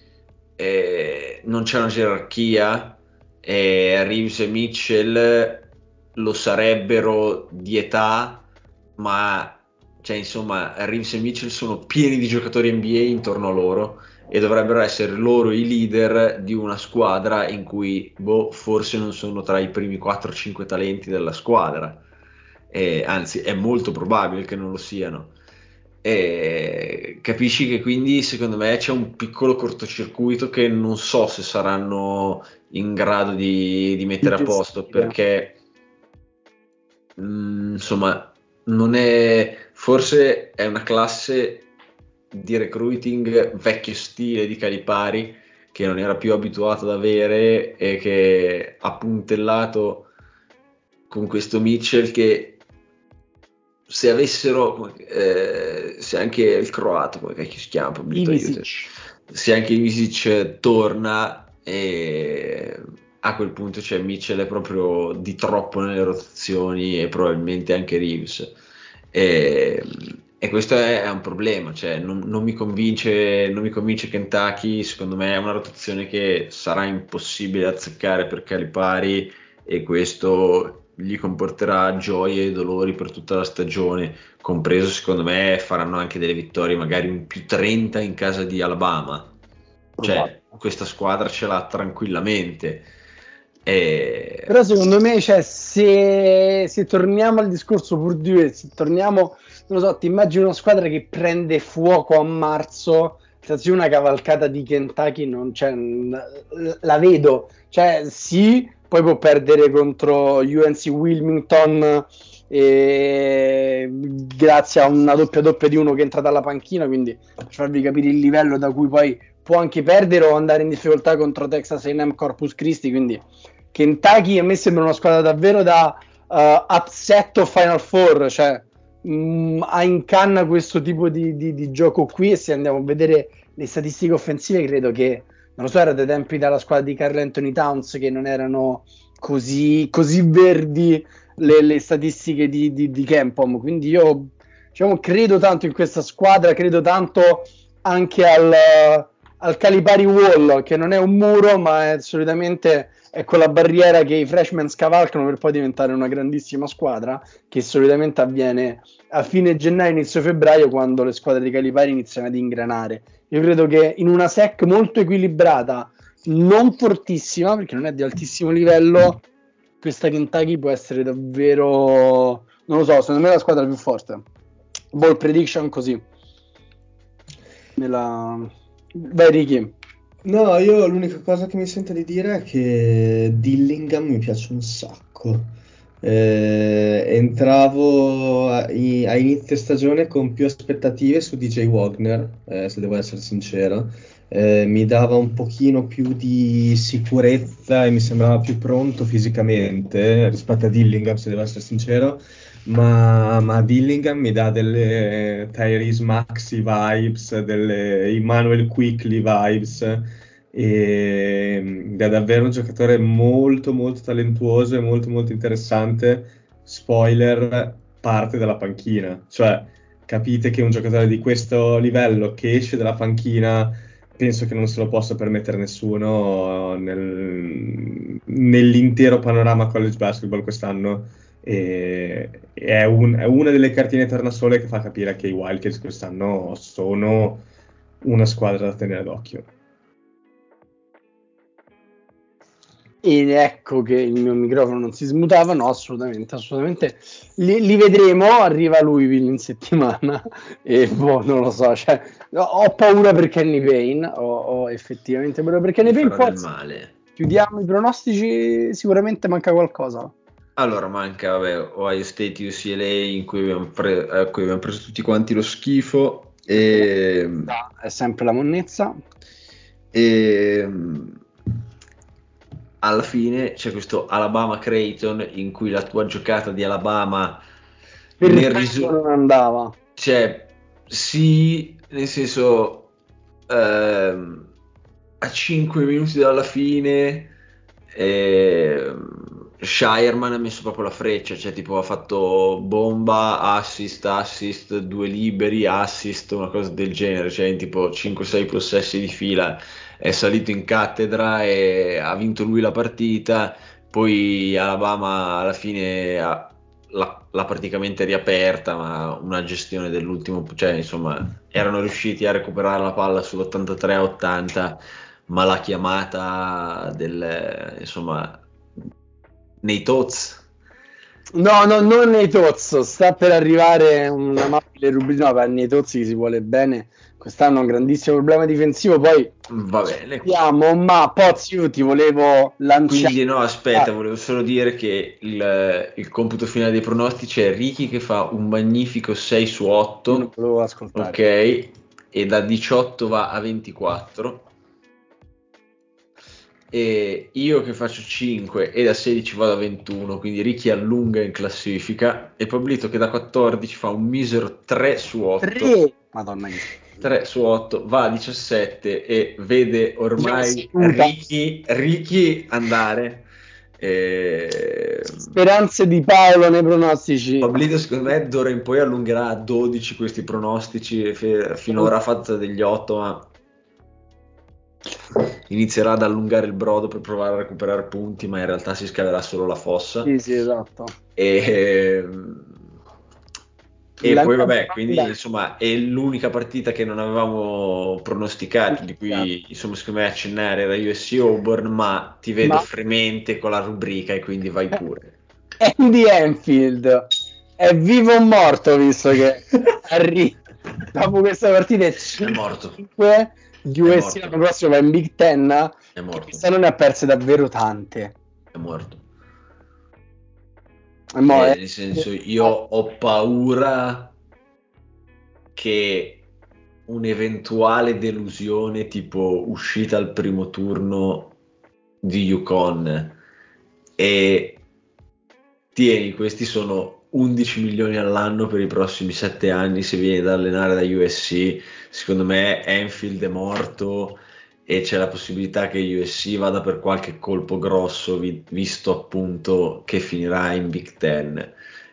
non c'è una gerarchia, e Reeves e Mitchell lo sarebbero di età, ma cioè, insomma, Reeves e Mitchell sono pieni di giocatori NBA intorno a loro e dovrebbero essere loro i leader di una squadra in cui forse non sono tra i primi 4-5 talenti della squadra. Anzi, è molto probabile che non lo siano. Capisci che quindi secondo me c'è un piccolo cortocircuito che non so se saranno in grado di mettere a posto, Gestire. perché insomma non è, forse è una classe di recruiting vecchio stile di Calipari che non era più abituato ad avere e che ha puntellato con questo Mitchell che se avessero se anche il croato, come cacchio si chiama, Pablito, aiuto, Ivisic. se anche Ivisic torna, e a quel punto c'è Mitchell è proprio di troppo nelle rotazioni e probabilmente anche Reeves, e, e questo è un problema, cioè non mi convince Kentucky. Secondo me è una rotazione che sarà impossibile azzeccare per Calipari e questo gli comporterà gioie e dolori per tutta la stagione, compreso secondo me faranno anche delle vittorie, magari un più 30 in casa di Alabama, Probabile. cioè questa squadra ce l'ha tranquillamente. Però secondo me, cioè, se torniamo al discorso Purdue, se torniamo, non lo so, ti immagini una squadra che prende fuoco a marzo, se una cavalcata di Kentucky non c'è, la vedo, cioè sì, poi può perdere contro UNC Wilmington grazie a una doppia doppia di uno che entra dalla panchina, quindi per farvi capire il livello da cui poi può anche perdere o andare in difficoltà contro Texas A&M Corpus Christi, quindi Kentucky a me sembra una squadra davvero da upset o Final Four, cioè ha in canna questo tipo di gioco qui, e se andiamo a vedere le statistiche offensive credo che, non lo so, era dai tempi dalla squadra di Karl Anthony Towns che non erano così verdi le statistiche di Kempom, quindi io diciamo, credo tanto in questa squadra, credo tanto anche al Calipari Wall, che non è un muro, ma è solitamente è quella barriera che i freshman scavalcano per poi diventare una grandissima squadra, che solitamente avviene a fine gennaio, inizio febbraio, quando le squadre di Calipari iniziano ad ingranare. Io credo che in una SEC molto equilibrata, non fortissima, perché non è di altissimo livello, questa Kentucky può essere davvero, non lo so, secondo me è la squadra più forte. Ball prediction così. Vai Ricky. No, io l'unica cosa che mi sento di dire è che Dillingham mi piace un sacco. Entravo a inizio stagione con più aspettative su DJ Wagner, se devo essere sincero. Mi dava un pochino più di sicurezza e mi sembrava più pronto fisicamente rispetto a Dillingham, se devo essere sincero. Ma Dillingham mi dà delle Tyrese Maxey vibes, delle Emmanuel Quickly vibes, ed è davvero un giocatore molto molto talentuoso e molto molto interessante. Spoiler, parte dalla panchina, cioè capite che un giocatore di questo livello che esce dalla panchina penso che non se lo possa permettere nessuno nell'intero panorama college basketball quest'anno. È una delle cartine tornasole che fa capire che i Wildcats quest'anno sono una squadra da tenere d'occhio. Ed ecco che il mio microfono non si smutava. No, assolutamente, assolutamente. Li vedremo, arriva Louisville in settimana e boh, non lo so, cioè, ho paura per Kenny Payne, ho effettivamente paura per Kenny Payne. Farà del Forse male. chiudiamo i pronostici, sicuramente manca qualcosa. Allora manca, vabbè, Ohio State UCLA in cui a cui abbiamo preso tutti quanti lo schifo È sempre la monnezza. e alla fine c'è questo Alabama Creighton in cui la tua giocata di Alabama Per nel non andava. cioè sì, nel senso a 5 minuti dalla fine Shireman ha messo proprio la freccia, cioè tipo ha fatto bomba, assist, 2 liberi, assist, una cosa del genere, cioè in tipo 5-6 possessi di fila, è salito in cattedra e ha vinto lui la partita. Poi Alabama alla fine l'ha praticamente riaperta, ma una gestione dell'ultimo, cioè insomma erano riusciti a recuperare la palla sull'83-80, ma la chiamata insomma nei Tots. No, non nei Tozzo, sta per arrivare un amabile rubrino, per nei Tozzi che si vuole bene. Quest'anno ha un grandissimo problema difensivo, poi Va bene. vediamo, ma Pozzi io ti volevo lanciare. Quindi no, aspetta, volevo solo dire che il computo finale dei pronostici è Ricky che fa un magnifico 6 su Io non 8, volevo ascoltare. ok, e da 18 va a 24. E io che faccio 5 e da 16 vado a 21, quindi Ricky allunga in classifica, e Pablito che da 14 fa un misero 3 su 8. 3, Madonna mia. 3 su 8 va a 17 e vede ormai Giusta. Ricky andare. Speranze di Paolo nei pronostici. Pablito secondo me d'ora in poi allungherà a 12 questi pronostici, finora ha fatto degli 8, ma inizierà ad allungare il brodo per provare a recuperare punti, ma in realtà si scaverà solo la fossa. Sì, esatto. E E La poi mia vabbè, quindi domanda insomma è l'unica partita che non avevamo pronosticato, di cui insomma secondo me accennare era USC Auburn, ma ti vedo ma fremente con la rubrica e quindi vai pure. Andy Enfield è vivo o morto, visto che dopo questa partita è È morto, 5 di è USC, l'anno morto, prossimo va in Big Ten, è che morto, quest'anno ne ha perse davvero tante. è morto. E mo è- Nel senso, io ho paura che un'eventuale delusione tipo uscita al primo turno di UConn e tieni, questi sono 11 milioni all'anno per i prossimi 7 anni se vieni ad allenare da USC, secondo me Enfield è morto e c'è la possibilità che USC vada per qualche colpo grosso visto appunto che finirà in Big Ten.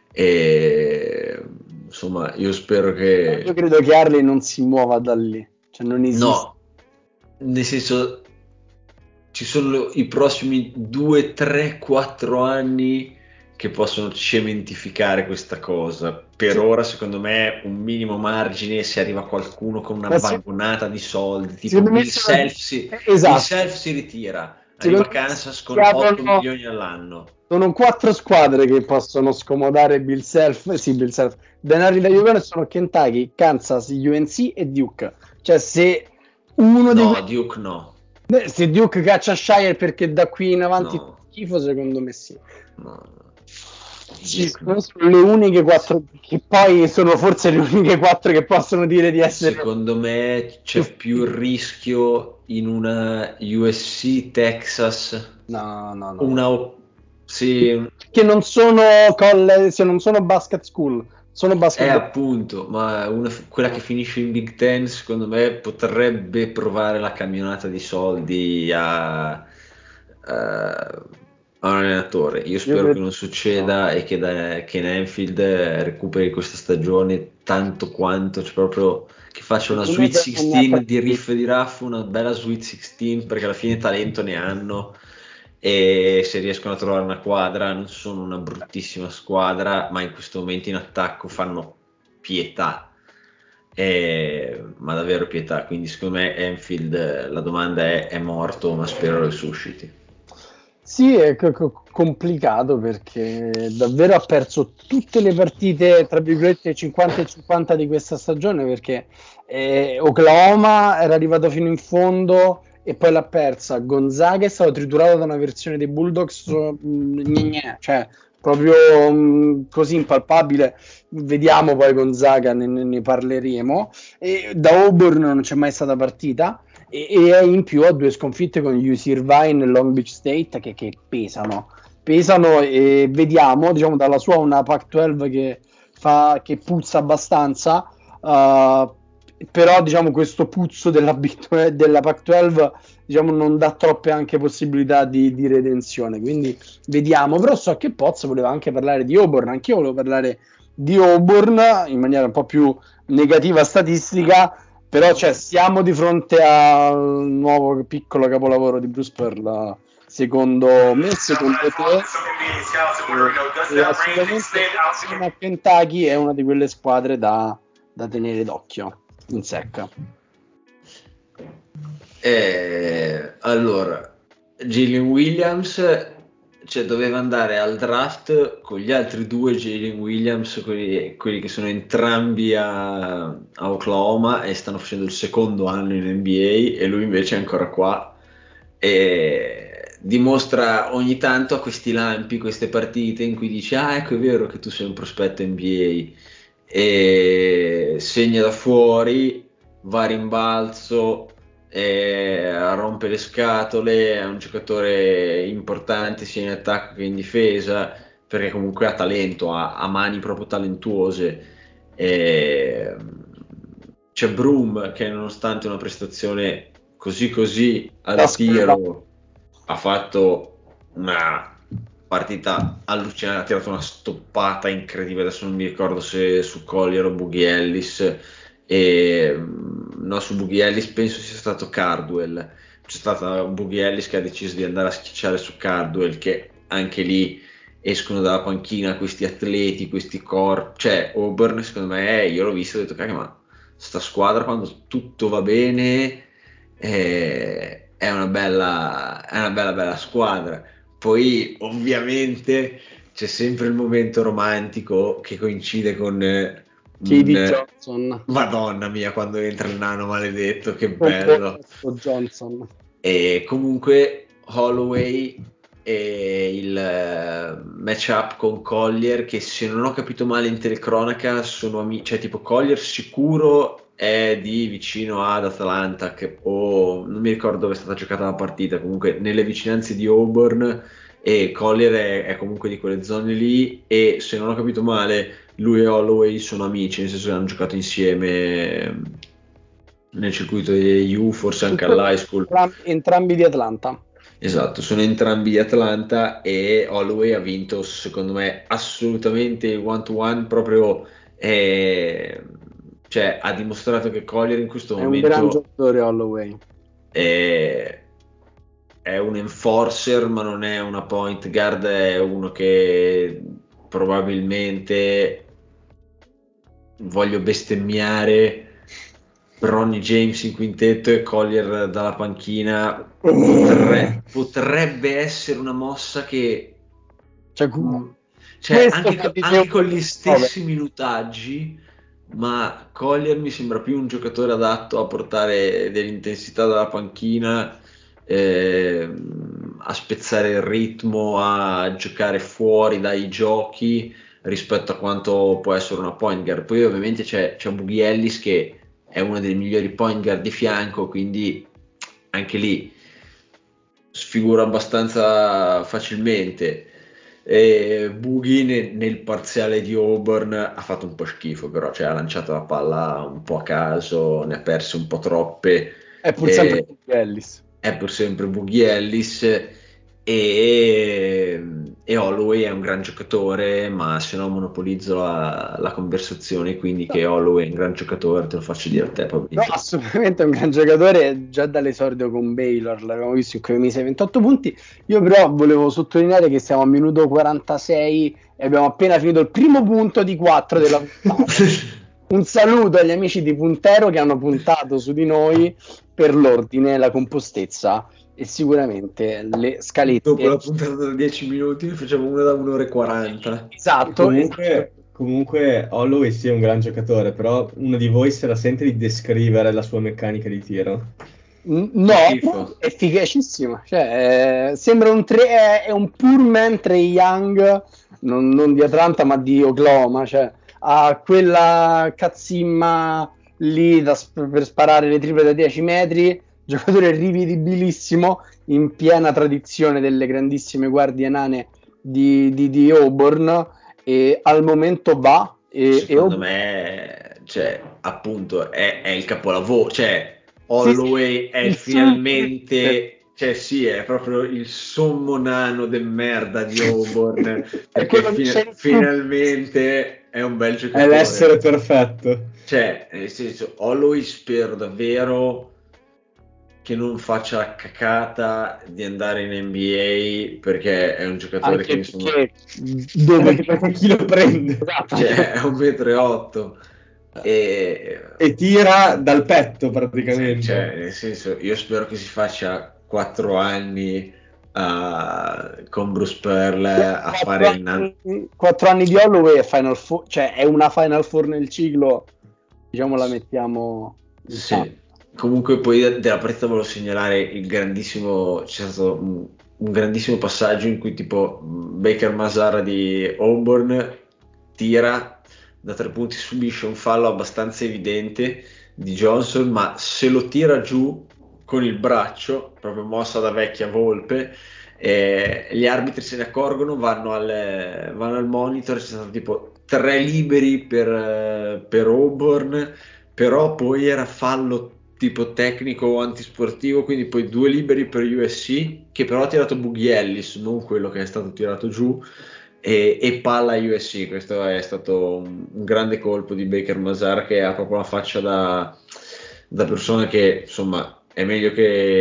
E insomma io spero io che credo che Harley non si muova da lì, cioè non esiste. no, nel senso ci sono i prossimi 2, 3, 4 anni che possono cementificare questa cosa. Per Sì, ora, secondo me, un minimo margine se arriva qualcuno con una ma vagonata di soldi, tipo secondo me Bill esatto, Self si ritira, arriva secondo a me Kansas si con 8 aprono. milioni all'anno. Sono 4 squadre che possono scomodare Bill Self, sì, Bill Self. Denari da giocare sono Kentucky, Kansas, UNC e Duke. Cioè, se uno di No, questi, Duke no, se Duke caccia Shire perché da qui in avanti fa no, schifo, secondo me sì. no, no. Sì, Duke no. sono le uniche 4 che poi sono forse le uniche 4 che possono dire di essere Secondo me più c'è più il rischio in una USC Texas, no, no, no, no. una sì, Che non sono se non sono basket school, sono è basketball. appunto, ma quella che finisce in Big Ten, secondo me potrebbe provare la camionata di soldi a un allenatore. Io Io spero che credo non no. succeda e che Enfield recuperi questa stagione tanto quanto, cioè proprio che faccia una Secondo me Sweet non ne ha 16 di capito. Riff e di Raff, una bella Sweet 16 perché alla fine talento ne hanno e se riescono a trovare una quadra non sono una bruttissima squadra, ma in questo momento in attacco fanno pietà. Ma davvero pietà, quindi secondo me Enfield la domanda è morto, ma spero resusciti. Sì, è complicato perché davvero ha perso tutte le partite, tra virgolette, 50 e 50 di questa stagione perché Oklahoma era arrivato fino in fondo e poi l'ha persa. Gonzaga è stato triturato da una versione dei Bulldogs, gne gne, cioè proprio così impalpabile. Vediamo poi Gonzaga, ne parleremo. E da Auburn non c'è mai stata partita e in più ha 2 sconfitte con UC Irvine e Long Beach State che pesano e vediamo diciamo dalla sua una Pac-12 che puzza abbastanza, però diciamo questo puzzo della Pac-12 diciamo non dà troppe anche possibilità di redenzione, quindi vediamo. Però so che Poz voleva anche parlare di Auburn, anch'io volevo parlare di Auburn in maniera un po' più negativa statistica. Però cioè, siamo di fronte al nuovo piccolo capolavoro di Bruce Pearl, secondo me, secondo te, e assolutamente insieme a Kentucky è una di quelle squadre da tenere d'occhio in secca. Allora, Jalen Williams cioè, doveva andare al draft con gli altri 2 Jalen Williams, quelli che sono entrambi a Oklahoma e stanno facendo il secondo anno in NBA e lui invece è ancora qua e dimostra ogni tanto a questi lampi, queste partite in cui dici ah ecco è vero che tu sei un prospetto NBA e segna da fuori, va a rimbalzo, rompe le scatole, è un giocatore importante sia in attacco che in difesa, perché comunque ha talento, ha mani proprio talentuose. E, c'è Broom che nonostante una prestazione così così Da al scuola. tiro ha fatto una partita allucinante, ha tirato una stoppata incredibile, adesso non mi ricordo se su Collier o Buggy Ellis e no, su Buggy Ellis penso sia stato Cardwell, c'è stata Buggy Ellis che ha deciso di andare a schicciare su Cardwell che anche lì escono dalla panchina questi atleti, questi corpi, cioè Auburn secondo me, io l'ho visto e ho detto cacchio, ma sta squadra quando tutto va bene è una bella squadra. Poi ovviamente c'è sempre il momento romantico che coincide con KD Johnson, Madonna mia, quando entra il nano maledetto, che bello. Johnson. E comunque Holloway e il matchup con Collier, che se non ho capito male in telecronaca sono amici, cioè tipo Collier sicuro è di vicino ad Atlanta o non mi ricordo dove è stata giocata la partita, comunque nelle vicinanze di Auburn, e Collier è comunque di quelle zone lì, e se non ho capito male lui e Holloway sono amici, nel senso che hanno giocato insieme nel circuito degli U, forse anche all'high school. Entrambi di Atlanta. Esatto, sono entrambi di Atlanta, e Holloway ha vinto secondo me assolutamente il one to one, proprio cioè ha dimostrato che Collier in questo È un gran momento giocatore Holloway. è un enforcer, ma non è una point guard, è uno che probabilmente, voglio bestemmiare, Bronny James in quintetto e Collier dalla panchina potrebbe essere una mossa che Cioè, anche con gli stessi minutaggi, ma Collier mi sembra più un giocatore adatto a portare dell'intensità dalla panchina, a spezzare il ritmo, a giocare fuori dai giochi rispetto a quanto può essere una point guard. Poi ovviamente c'è Boogie Ellis, che è uno dei migliori point guard di fianco, quindi anche lì sfigura abbastanza facilmente. Boogie nel parziale di Auburn ha fatto un po' schifo, però cioè, ha lanciato la palla un po' a caso, ne ha perse un po' troppe. È pur sempre Ellis. È pur sempre Boogie Ellis, e Holloway è un gran giocatore, ma se no monopolizzo la conversazione, quindi che Holloway è un gran giocatore te lo faccio dire a te, No, Pablito. assolutamente è un gran giocatore, già dall'esordio con Baylor l'abbiamo visto in quei mesi ai 28 punti. Io però volevo sottolineare che siamo a minuto 46 e abbiamo appena finito il primo punto di 4 della puntata. Un saluto agli amici di Puntero che hanno puntato su di noi per l'ordine, la compostezza e sicuramente le scalette. Dopo la puntata da 10 minuti ne facciamo una da 1 ora e 40. Esatto. Comunque Holloway sì è un gran giocatore, però uno di voi se la sente di descrivere la sua meccanica di tiro? No, Schifo. è efficacissima. Cioè, sembra è un pullman Trae Young, non di Atlanta ma di Oklahoma. Cioè, ha quella cazzimma lì per sparare le triple da 10 metri. Giocatore rivedibilissimo, in piena tradizione delle grandissime guardie nane di Auburn. E al momento va. Secondo me, cioè, appunto, è il capolavoro, cioè Holloway è il finalmente, cioè sì, è proprio il sommo nano de merda di Auburn, è perché quello che c'è finalmente è un bel È giocatore. l'essere perfetto. Cioè, nel senso, Holloway spero davvero che non faccia la cacata di andare in NBA, perché è un giocatore che anche insomma, perché dove Perché chi lo prende? Esatto. cioè, è 1,8 m. E tira dal petto praticamente. Cioè, nel senso, io spero che si faccia 4 anni con Bruce Pearl a fare il nano. 4 anni di Holloway è Final Four, cioè è una Final Four nel ciclo, diciamo la mettiamo in Sì. Comunque poi della partita volevo segnalare il grandissimo, c'è stato un grandissimo passaggio in cui tipo Baker Masara di Auburn tira da 3 punti, subisce un fallo abbastanza evidente di Johnson, ma se lo tira giù con il braccio, proprio mossa da vecchia volpe, gli arbitri se ne accorgono, vanno al monitor, c'è stato tipo 3 liberi per Auburn, però poi era fallo tipo tecnico o antisportivo, quindi poi 2 liberi per USC, che però ha tirato Boogie Ellis, non quello che è stato tirato giù, e palla USC. Questo è stato un grande colpo di Baker Mazar, che ha proprio la faccia da persona che insomma è meglio che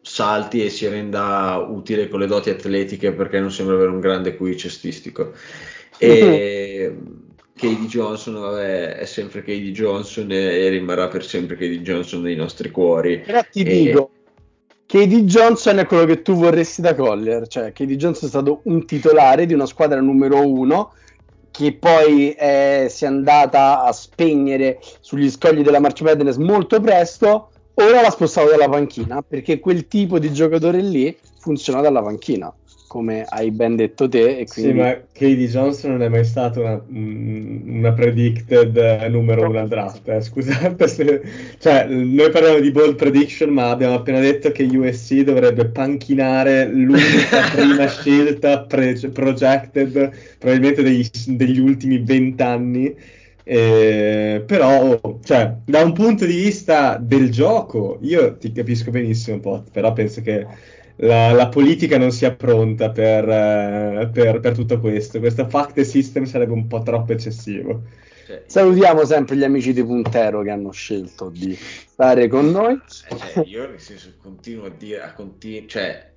salti e si renda utile con le doti atletiche, perché non sembra avere un grande QI cestistico. E KD Johnson, vabbè, è sempre KD Johnson e rimarrà per sempre KD Johnson nei nostri cuori. Però ti dico, KD Johnson è quello che tu vorresti da Collier, cioè KD Johnson è stato un titolare di una squadra numero 1 che poi si è andata a spegnere sugli scogli della March Madness molto presto. Ora l'ha spostato dalla panchina, perché quel tipo di giocatore lì funziona dalla panchina, come hai ben detto te, e Sì, quindi ma KD Johnson non è mai stata una predicted numero 1 al draft, scusate cioè, noi parliamo di bold prediction, ma abbiamo appena detto che USC dovrebbe panchinare l'unica prima scelta projected probabilmente degli ultimi 20 anni. Però, cioè, da un punto di vista del gioco, io ti capisco benissimo, Pot, però penso che la politica non sia pronta per tutto questo. Questo fact system sarebbe un po' troppo eccessivo. Cioè, salutiamo sempre gli amici di Puntero che hanno scelto di stare con noi. cioè, io nel senso continuo a dire, cioè,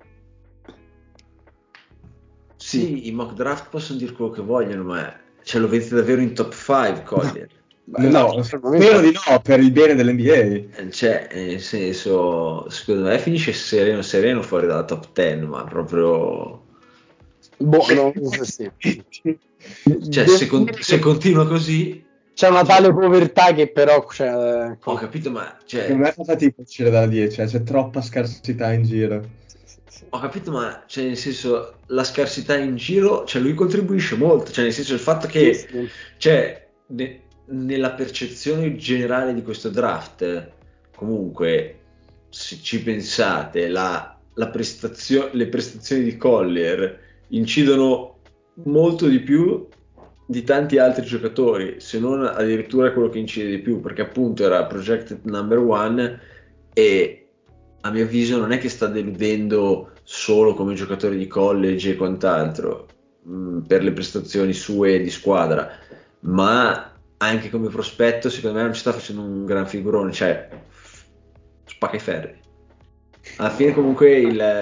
sì, i mock draft possono dire quello che vogliono, ma ce lo vedete davvero in top 5, Collier? No, spero di no, per il bene dell'NBA. Cioè, nel senso, secondo me finisce sereno sereno fuori dalla top 10, ma proprio... Buono, sì. Cioè, se continua così... C'è una tale povertà che però cioè, Ho capito, ma... Secondo me fa fatica a uscire dalla 10, c'è troppa scarsità in giro. sì. Ho capito, ma cioè, nel senso, la scarsità in giro, cioè lui contribuisce molto, cioè nel senso il fatto che, Sì. cioè, nella percezione generale di questo draft, comunque, se ci pensate, le prestazioni di Collier incidono molto di più di tanti altri giocatori, se non addirittura quello che incide di più, perché appunto era projected number 1 e a mio avviso non è che sta deludendo solo come giocatore di college e quant'altro per le prestazioni sue di squadra, ma anche come prospetto secondo me non ci sta facendo un gran figurone, cioè spacca i ferri. Alla fine comunque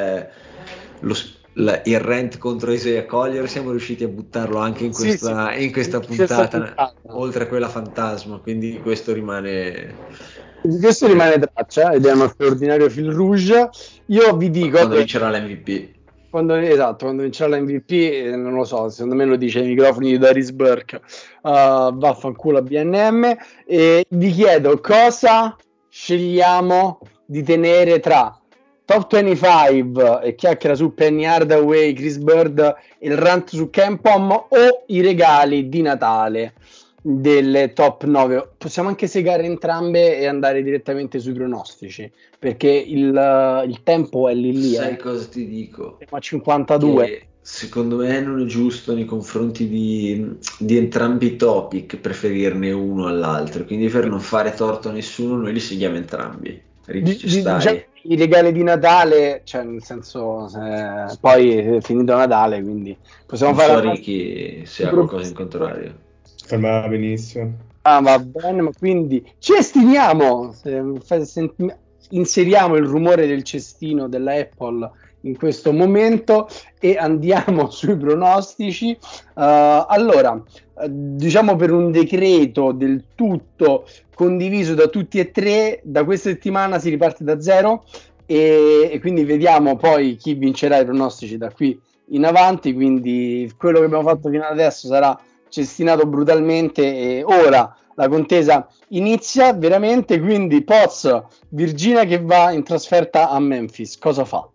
il rant contro Isaiah Collier siamo riusciti a buttarlo anche in questa puntata, oltre a quella fantasma, quindi questo rimane... Di questo rimane traccia ed è uno straordinario fil rouge. Io vi dico quando vincerà l'MVP. Quando vincerà l'MVP, non lo so, secondo me lo dice ai microfoni di Darius Burke, vaffanculo a BNM, e vi chiedo cosa scegliamo di tenere tra top 25 e chiacchiera su Penny Hardaway, Chris Bird e il rant su KenPom o i regali di Natale delle top 9. Possiamo anche segare entrambe e andare direttamente sui pronostici, perché il tempo è lì. Sai cosa ti dico? Siamo a 52. Che secondo me non è giusto nei confronti di entrambi i topic preferirne uno all'altro, quindi per non fare torto a nessuno noi li seguiamo entrambi. Ci stai? Diciamo, i regali di Natale, cioè nel senso, poi è finito Natale, quindi possiamo Non fare so una... Ricky se ha qualcosa in contrario. Per me va benissimo. Ah, va bene, ma quindi cestiniamo, inseriamo il rumore del cestino della Apple in questo momento e andiamo sui pronostici. Allora, diciamo per un decreto del tutto condiviso da tutti e tre, da questa settimana si riparte da zero e quindi vediamo poi chi vincerà i pronostici da qui in avanti, quindi quello che abbiamo fatto fino ad adesso sarà cestinato brutalmente e ora la contesa inizia veramente, quindi Poz, Virginia che va in trasferta a Memphis, cosa fa?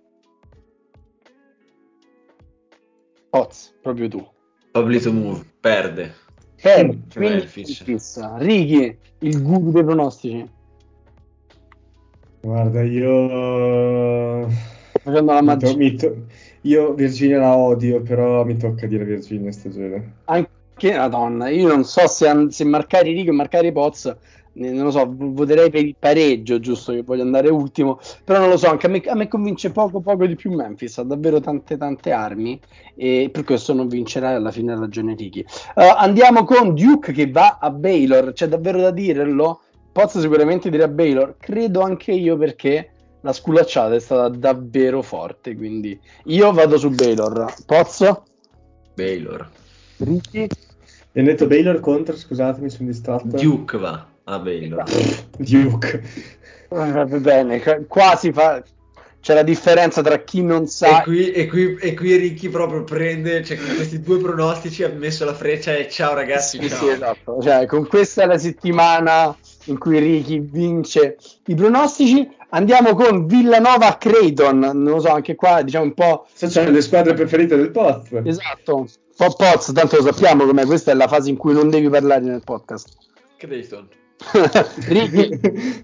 Poz, proprio tu. Pablito Move perde. Quindi Memphis. Ricky, il guru dei pronostici. Guarda, io... Facendo la magia. Io Virginia la odio, però mi tocca dire Virginia stagione. Anche la donna, io non so se marcare Ricky o marcare Poz, non lo so, voterei per il pareggio, giusto che voglio andare ultimo, però non lo so, anche a me convince poco di più Memphis, ha davvero tante armi e per questo non vincerà alla fine ha ragione Ricky. Andiamo con Duke che va a Baylor, c'è davvero da dirlo? Poz sicuramente dirà Baylor, credo anche io perché la sculacciata è stata davvero forte, quindi io vado su Baylor. Pozzo? Baylor. Ricky? Mi hanno detto Baylor contro, scusatemi, sono distratto. Duke va a Baylor. Duke. Va bene, quasi fa... C'è la differenza tra chi non sa... E qui Ricky proprio prende, cioè con questi due pronostici ha messo la freccia e ciao ragazzi, Sì, ciao. sì, esatto. Cioè, con questa è la settimana in cui Ricky vince i pronostici. Andiamo con Villanova Creighton. Non lo so, anche qua diciamo un po'... Sono le squadre preferite del Poz. Esatto, un po' Poz, tanto lo sappiamo com'è. Questa è la fase in cui non devi parlare nel podcast. Creighton. Ricky?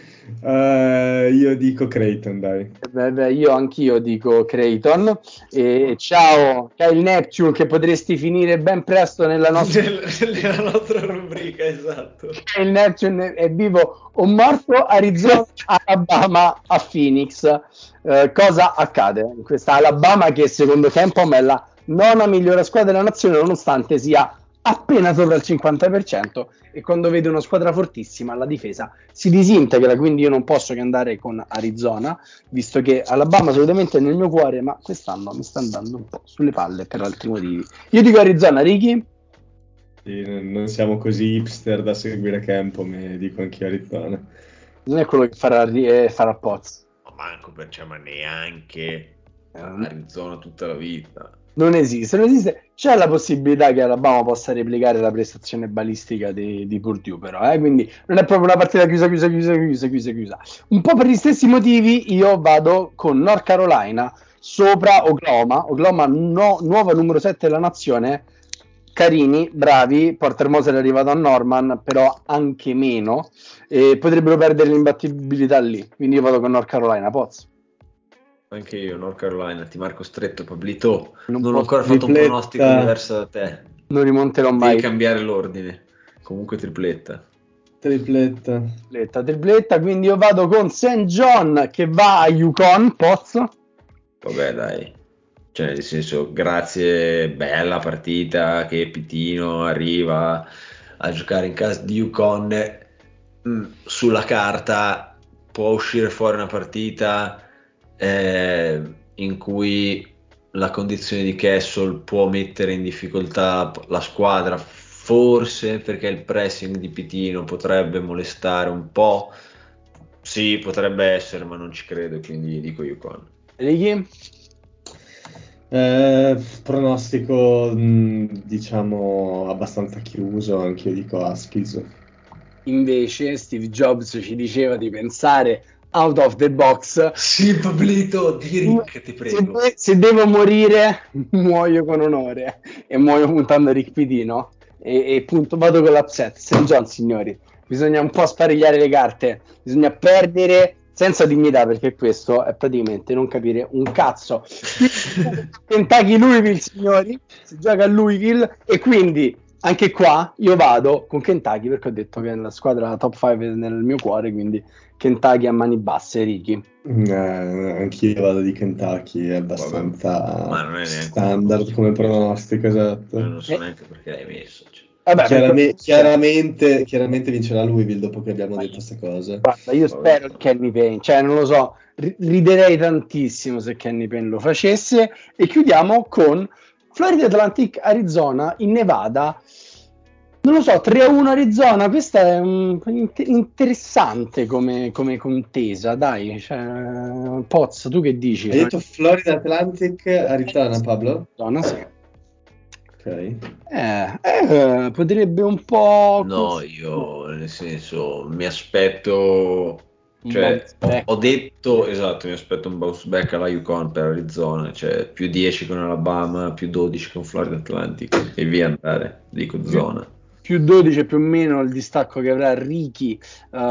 Io dico Creighton, dai. Io anch'io dico Creighton. E ciao Kyle Neptune, che potresti finire ben presto nella nostra... nella nostra rubrica, esatto. Il Neptune è vivo o morto. Arizona, Alabama a Phoenix. Cosa accade in questa Alabama che secondo Kempom è la nona migliore squadra della nazione nonostante sia appena sopra il 50%, e quando vede una squadra fortissima la difesa si disintegra, quindi io non posso che andare con Arizona, visto che Alabama assolutamente è nel mio cuore, ma quest'anno mi sta andando un po' sulle palle per altri motivi. Io dico Arizona. Ricky? Sì, non siamo così hipster da seguire Campo, mi dico anch'io Arizona. Non è quello che farà Poz. Ma neanche Arizona tutta la vita. Non esiste. C'è la possibilità che Alabama possa replicare la prestazione balistica di Purdue, però, quindi non è proprio una partita chiusa. Un po' per gli stessi motivi io vado con North Carolina sopra Oklahoma nuova numero 7 della nazione, carini, bravi. Porter Moser è arrivato a Norman, però anche meno, e potrebbero perdere l'imbattibilità lì, quindi io vado con North Carolina. Pozzo. Anche io, North Carolina, ti marco stretto, Pablito. Non Non ho posso- ancora fatto un tripletta. pronostico diverso da te. Non rimonterò mai. Devi cambiare l'ordine. Comunque tripletta. Tripletta. Tripletta, quindi io vado con St. John che va a Yukon. Pozzo? Vabbè, dai. Cioè, nel senso, grazie, bella partita, che Pitino arriva a giocare in casa di UConn. Sulla carta può uscire fuori una partita in cui la condizione di Castle può mettere in difficoltà la squadra, forse perché il pressing di Pitino potrebbe molestare un po'. Sì, potrebbe essere, ma non ci credo, quindi dico UConn. Ricky? Pronostico, diciamo, abbastanza chiuso, anche io dico Huskies. Invece Steve Jobs ci diceva di pensare out of the box. Sì, Pablito, di Rick, ti prego. Se devo morire, muoio con onore, e muoio puntando a Rick Pitino, e appunto vado con l'upset. St. John, signori, bisogna un po' sparigliare le carte, bisogna perdere senza dignità, perché questo è praticamente non capire un cazzo. Kentucky Louisville, signori, si gioca a Louisville, e quindi anche qua io vado con Kentucky, perché ho detto che è la squadra top 5 nel mio cuore, quindi Kentucky a mani basse. Ricky? Anch'io vado di Kentucky, è abbastanza ma non è neanche standard come pronostico, esatto. non so neanche perché l'hai messo. Cioè. Vabbè, Chiaramente vincerà Louisville dopo che abbiamo detto queste cose. Guarda, io spero che Kenny Payne, cioè non lo so, riderei tantissimo se Kenny Payne lo facesse. E chiudiamo con Florida Atlantic Arizona in Nevada. Non lo so, 3-1 Arizona. Questa è interessante come contesa, dai. Cioè, Poz, tu che dici? Hai detto Florida Atlantic Arizona, Pablo? Arizona, sì. Ok. Potrebbe un po'... No, io nel senso mi aspetto, Un cioè bounce back. ho detto esatto, mi aspetto un bounce back alla UConn per Arizona, cioè più 10 con Alabama, più 12 con Florida Atlantic e via andare, dico zona. Più 12 più o meno il distacco che avrà Ricky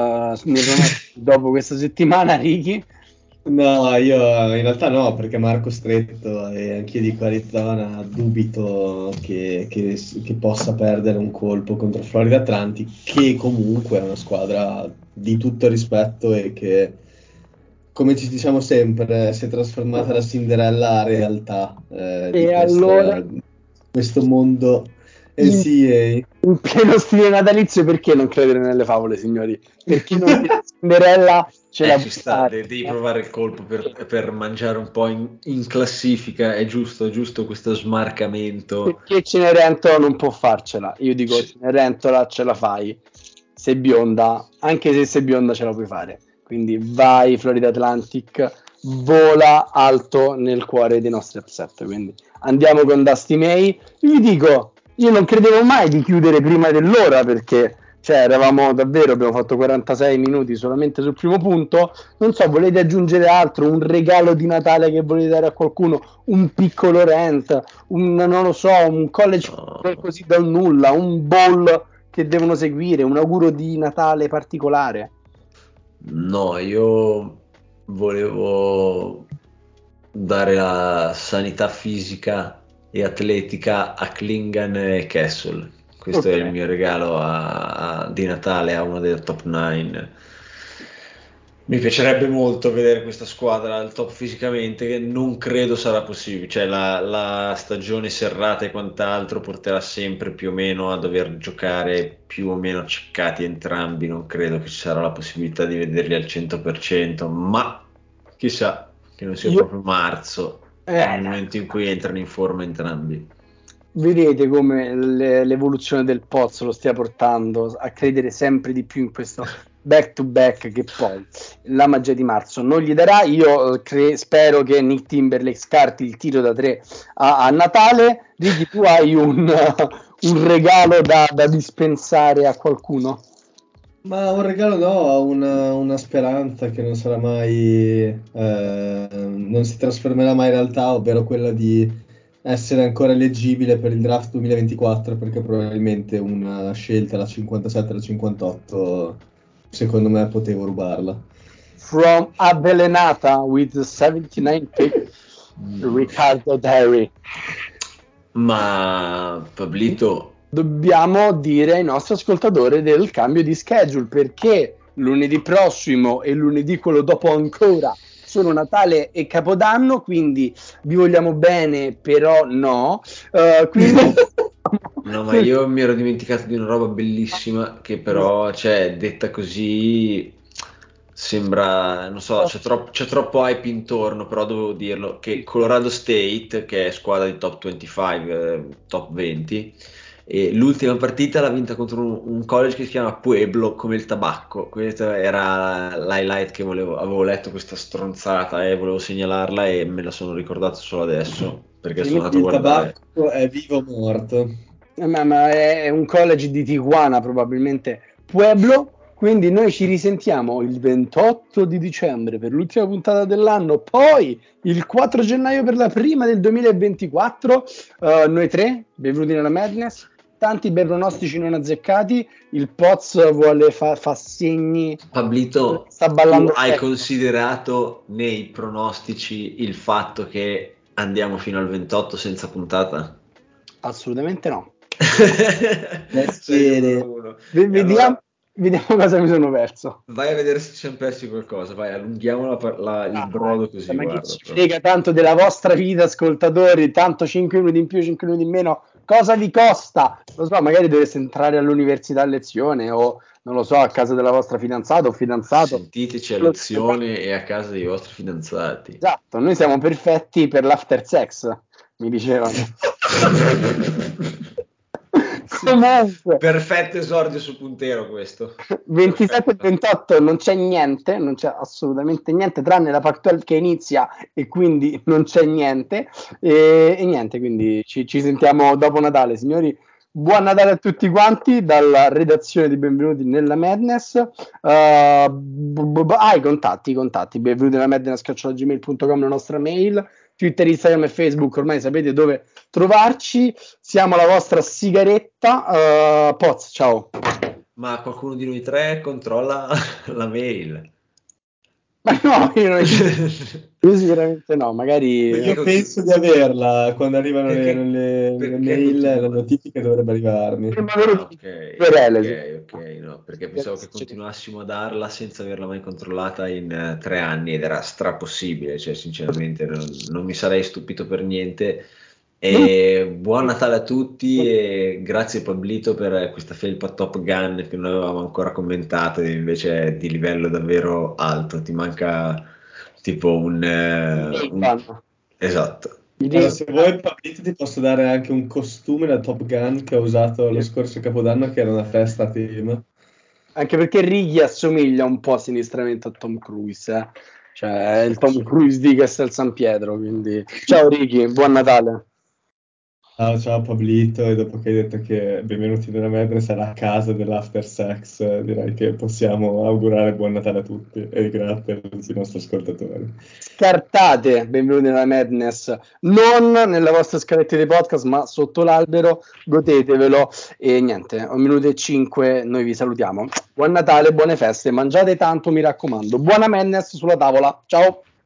dopo questa settimana. Ricky? No, io in realtà no, perché Marco Stretto e anch'io dico Arizona, dubito che possa perdere un colpo contro Florida Atlantic, che comunque è una squadra di tutto rispetto e che, come ci diciamo sempre, si è trasformata da Cinderella a realtà di E allora, questo mondo. in, Sì, in pieno stile natalizio, perché non credere nelle favole, signori? Perché non dire Cinderella la ci sta, devi provare il colpo per mangiare un po' in classifica, è giusto questo smarcamento. Perché Cenerentola non può farcela? Io dico, Sì. Cenerentola ce la fai, sei bionda, anche se sei bionda ce la puoi fare. Quindi vai Florida Atlantic, vola alto nel cuore dei nostri upset. Quindi andiamo con Dusty May. Io vi dico, io non credevo mai di chiudere prima dell'ora perché eravamo davvero, abbiamo fatto 46 minuti solamente sul primo punto. Non so, volete aggiungere altro? Un regalo di Natale che volete dare a qualcuno? Un piccolo rant? Non lo so, un college così dal nulla? Un bowl che devono seguire? Un auguro di Natale particolare? No, io volevo dare la sanità fisica e atletica a Klingan e Kessel. Questo è il mio regalo di Natale a uno dei top 9. Mi piacerebbe molto vedere questa squadra al top fisicamente, che non credo sarà possibile. Cioè, la stagione serrata e quant'altro porterà sempre più o meno a dover giocare più o meno acceccati entrambi. Non credo che ci sarà la possibilità di vederli al 100%, ma chissà che non sia proprio marzo, il momento in cui entrano in forma entrambi. Vedete come l'evoluzione del Pozzo lo stia portando a credere sempre di più in questo back to back, che poi la magia di marzo non gli darà. Io spero che Nick Timberlake scarti il tiro da 3 a Natale. Ricky, tu hai un regalo da dispensare a qualcuno? Ma un regalo no, ho una speranza che non sarà mai, non si trasformerà mai in realtà, ovvero quella di essere ancora eleggibile per il draft 2024, perché probabilmente una scelta alla 57 alla 58, secondo me potevo rubarla. From Avvelenata with 79 pick, Riccardo Terry. Ma Pablito, dobbiamo dire ai nostri ascoltatori del cambio di schedule, perché lunedì prossimo e lunedì quello dopo ancora sono Natale e Capodanno, quindi vi vogliamo bene, però no. Quindi no, ma io mi ero dimenticato di una roba bellissima che però, cioè, detta così sembra, non so, c'è troppo hype intorno, però dovevo dirlo, che Colorado State, che è squadra di top 25, top 20, e l'ultima partita l'ha vinta contro un college che si chiama Pueblo, come il tabacco. Questa era l'highlight che avevo letto questa stronzata e volevo segnalarla e me la sono ricordato solo adesso perché sono andato a Il guardare. tabacco è vivo o morto. ma è un college di Tijuana, probabilmente Pueblo. Quindi noi ci risentiamo il 28 di dicembre per l'ultima puntata dell'anno, poi il 4 gennaio per la prima del 2024. Noi tre, benvenuti nella Madness. Tanti bei pronostici non azzeccati. Il Poz vuole fa segni. Pablito, Sta tu ballando hai secco. considerato nei pronostici il fatto che andiamo fino al 28 senza puntata? Assolutamente no. Sei uno. E Vediamo, allora vediamo cosa mi sono perso. vai a vedere se ci siamo persi qualcosa, vai, allunghiamo il brodo così, Ma che guarda. ci frega tanto della vostra vita, ascoltatori, tanto 5 minuti in più, 5 minuti in meno, cosa vi costa? Lo so, magari dovreste entrare all'università a lezione o, non lo so, a casa della vostra fidanzata o fidanzato. Sentiteci a lezione e a casa dei vostri fidanzati. Esatto, noi siamo perfetti per l'after sex, mi dicevano. Comunque, Perfetto esordio su puntero questo. 27 e Perfetto. 28 non c'è niente, non c'è assolutamente niente, tranne la Pac-12 che inizia e quindi non c'è niente. E niente, quindi ci sentiamo dopo Natale, signori. Buon Natale a tutti quanti dalla redazione di Benvenuti nella Madness. I contatti, benvenuti nella madness@gmail.com, la nostra mail, Twitter, Instagram e Facebook, ormai sapete dove trovarci. Siamo la vostra sigaretta. Poz, ciao. Ma qualcuno di noi tre controlla la mail. Ma no, io sicuramente no, magari Io penso di averla, quando arrivano le perché mail, la continua? notifica dovrebbe arrivarmi. Ok, no, perché pensavo che continuassimo a darla senza averla mai controllata in 3 anni ed era strapossibile, cioè sinceramente non mi sarei stupito per niente, E buon Natale a tutti e grazie Pablito per questa felpa Top Gun che non avevamo ancora commentato, invece è di livello davvero alto. Ti manca tipo esatto. Allora, se vuoi, Pablito, ti posso dare anche un costume da Top Gun che ho usato lo scorso Capodanno, che era una festa a team. Anche perché Righi assomiglia un po' sinistramente a Tom Cruise, eh? Cioè è il Tom Cruise di Castel San Pietro, quindi ciao Righi, buon Natale. Ciao Pablito, e dopo che hai detto che benvenuti nella Madness alla casa dell'after sex, direi che possiamo augurare buon Natale a tutti e grazie a tutti i nostri ascoltatori. Scartate benvenuti nella Madness, non nella vostra scaletta dei podcast, ma sotto l'albero, godetevelo. E niente, 1 minuto e 5, noi vi salutiamo. Buon Natale, buone feste, mangiate tanto, mi raccomando. Buona Madness sulla tavola, ciao!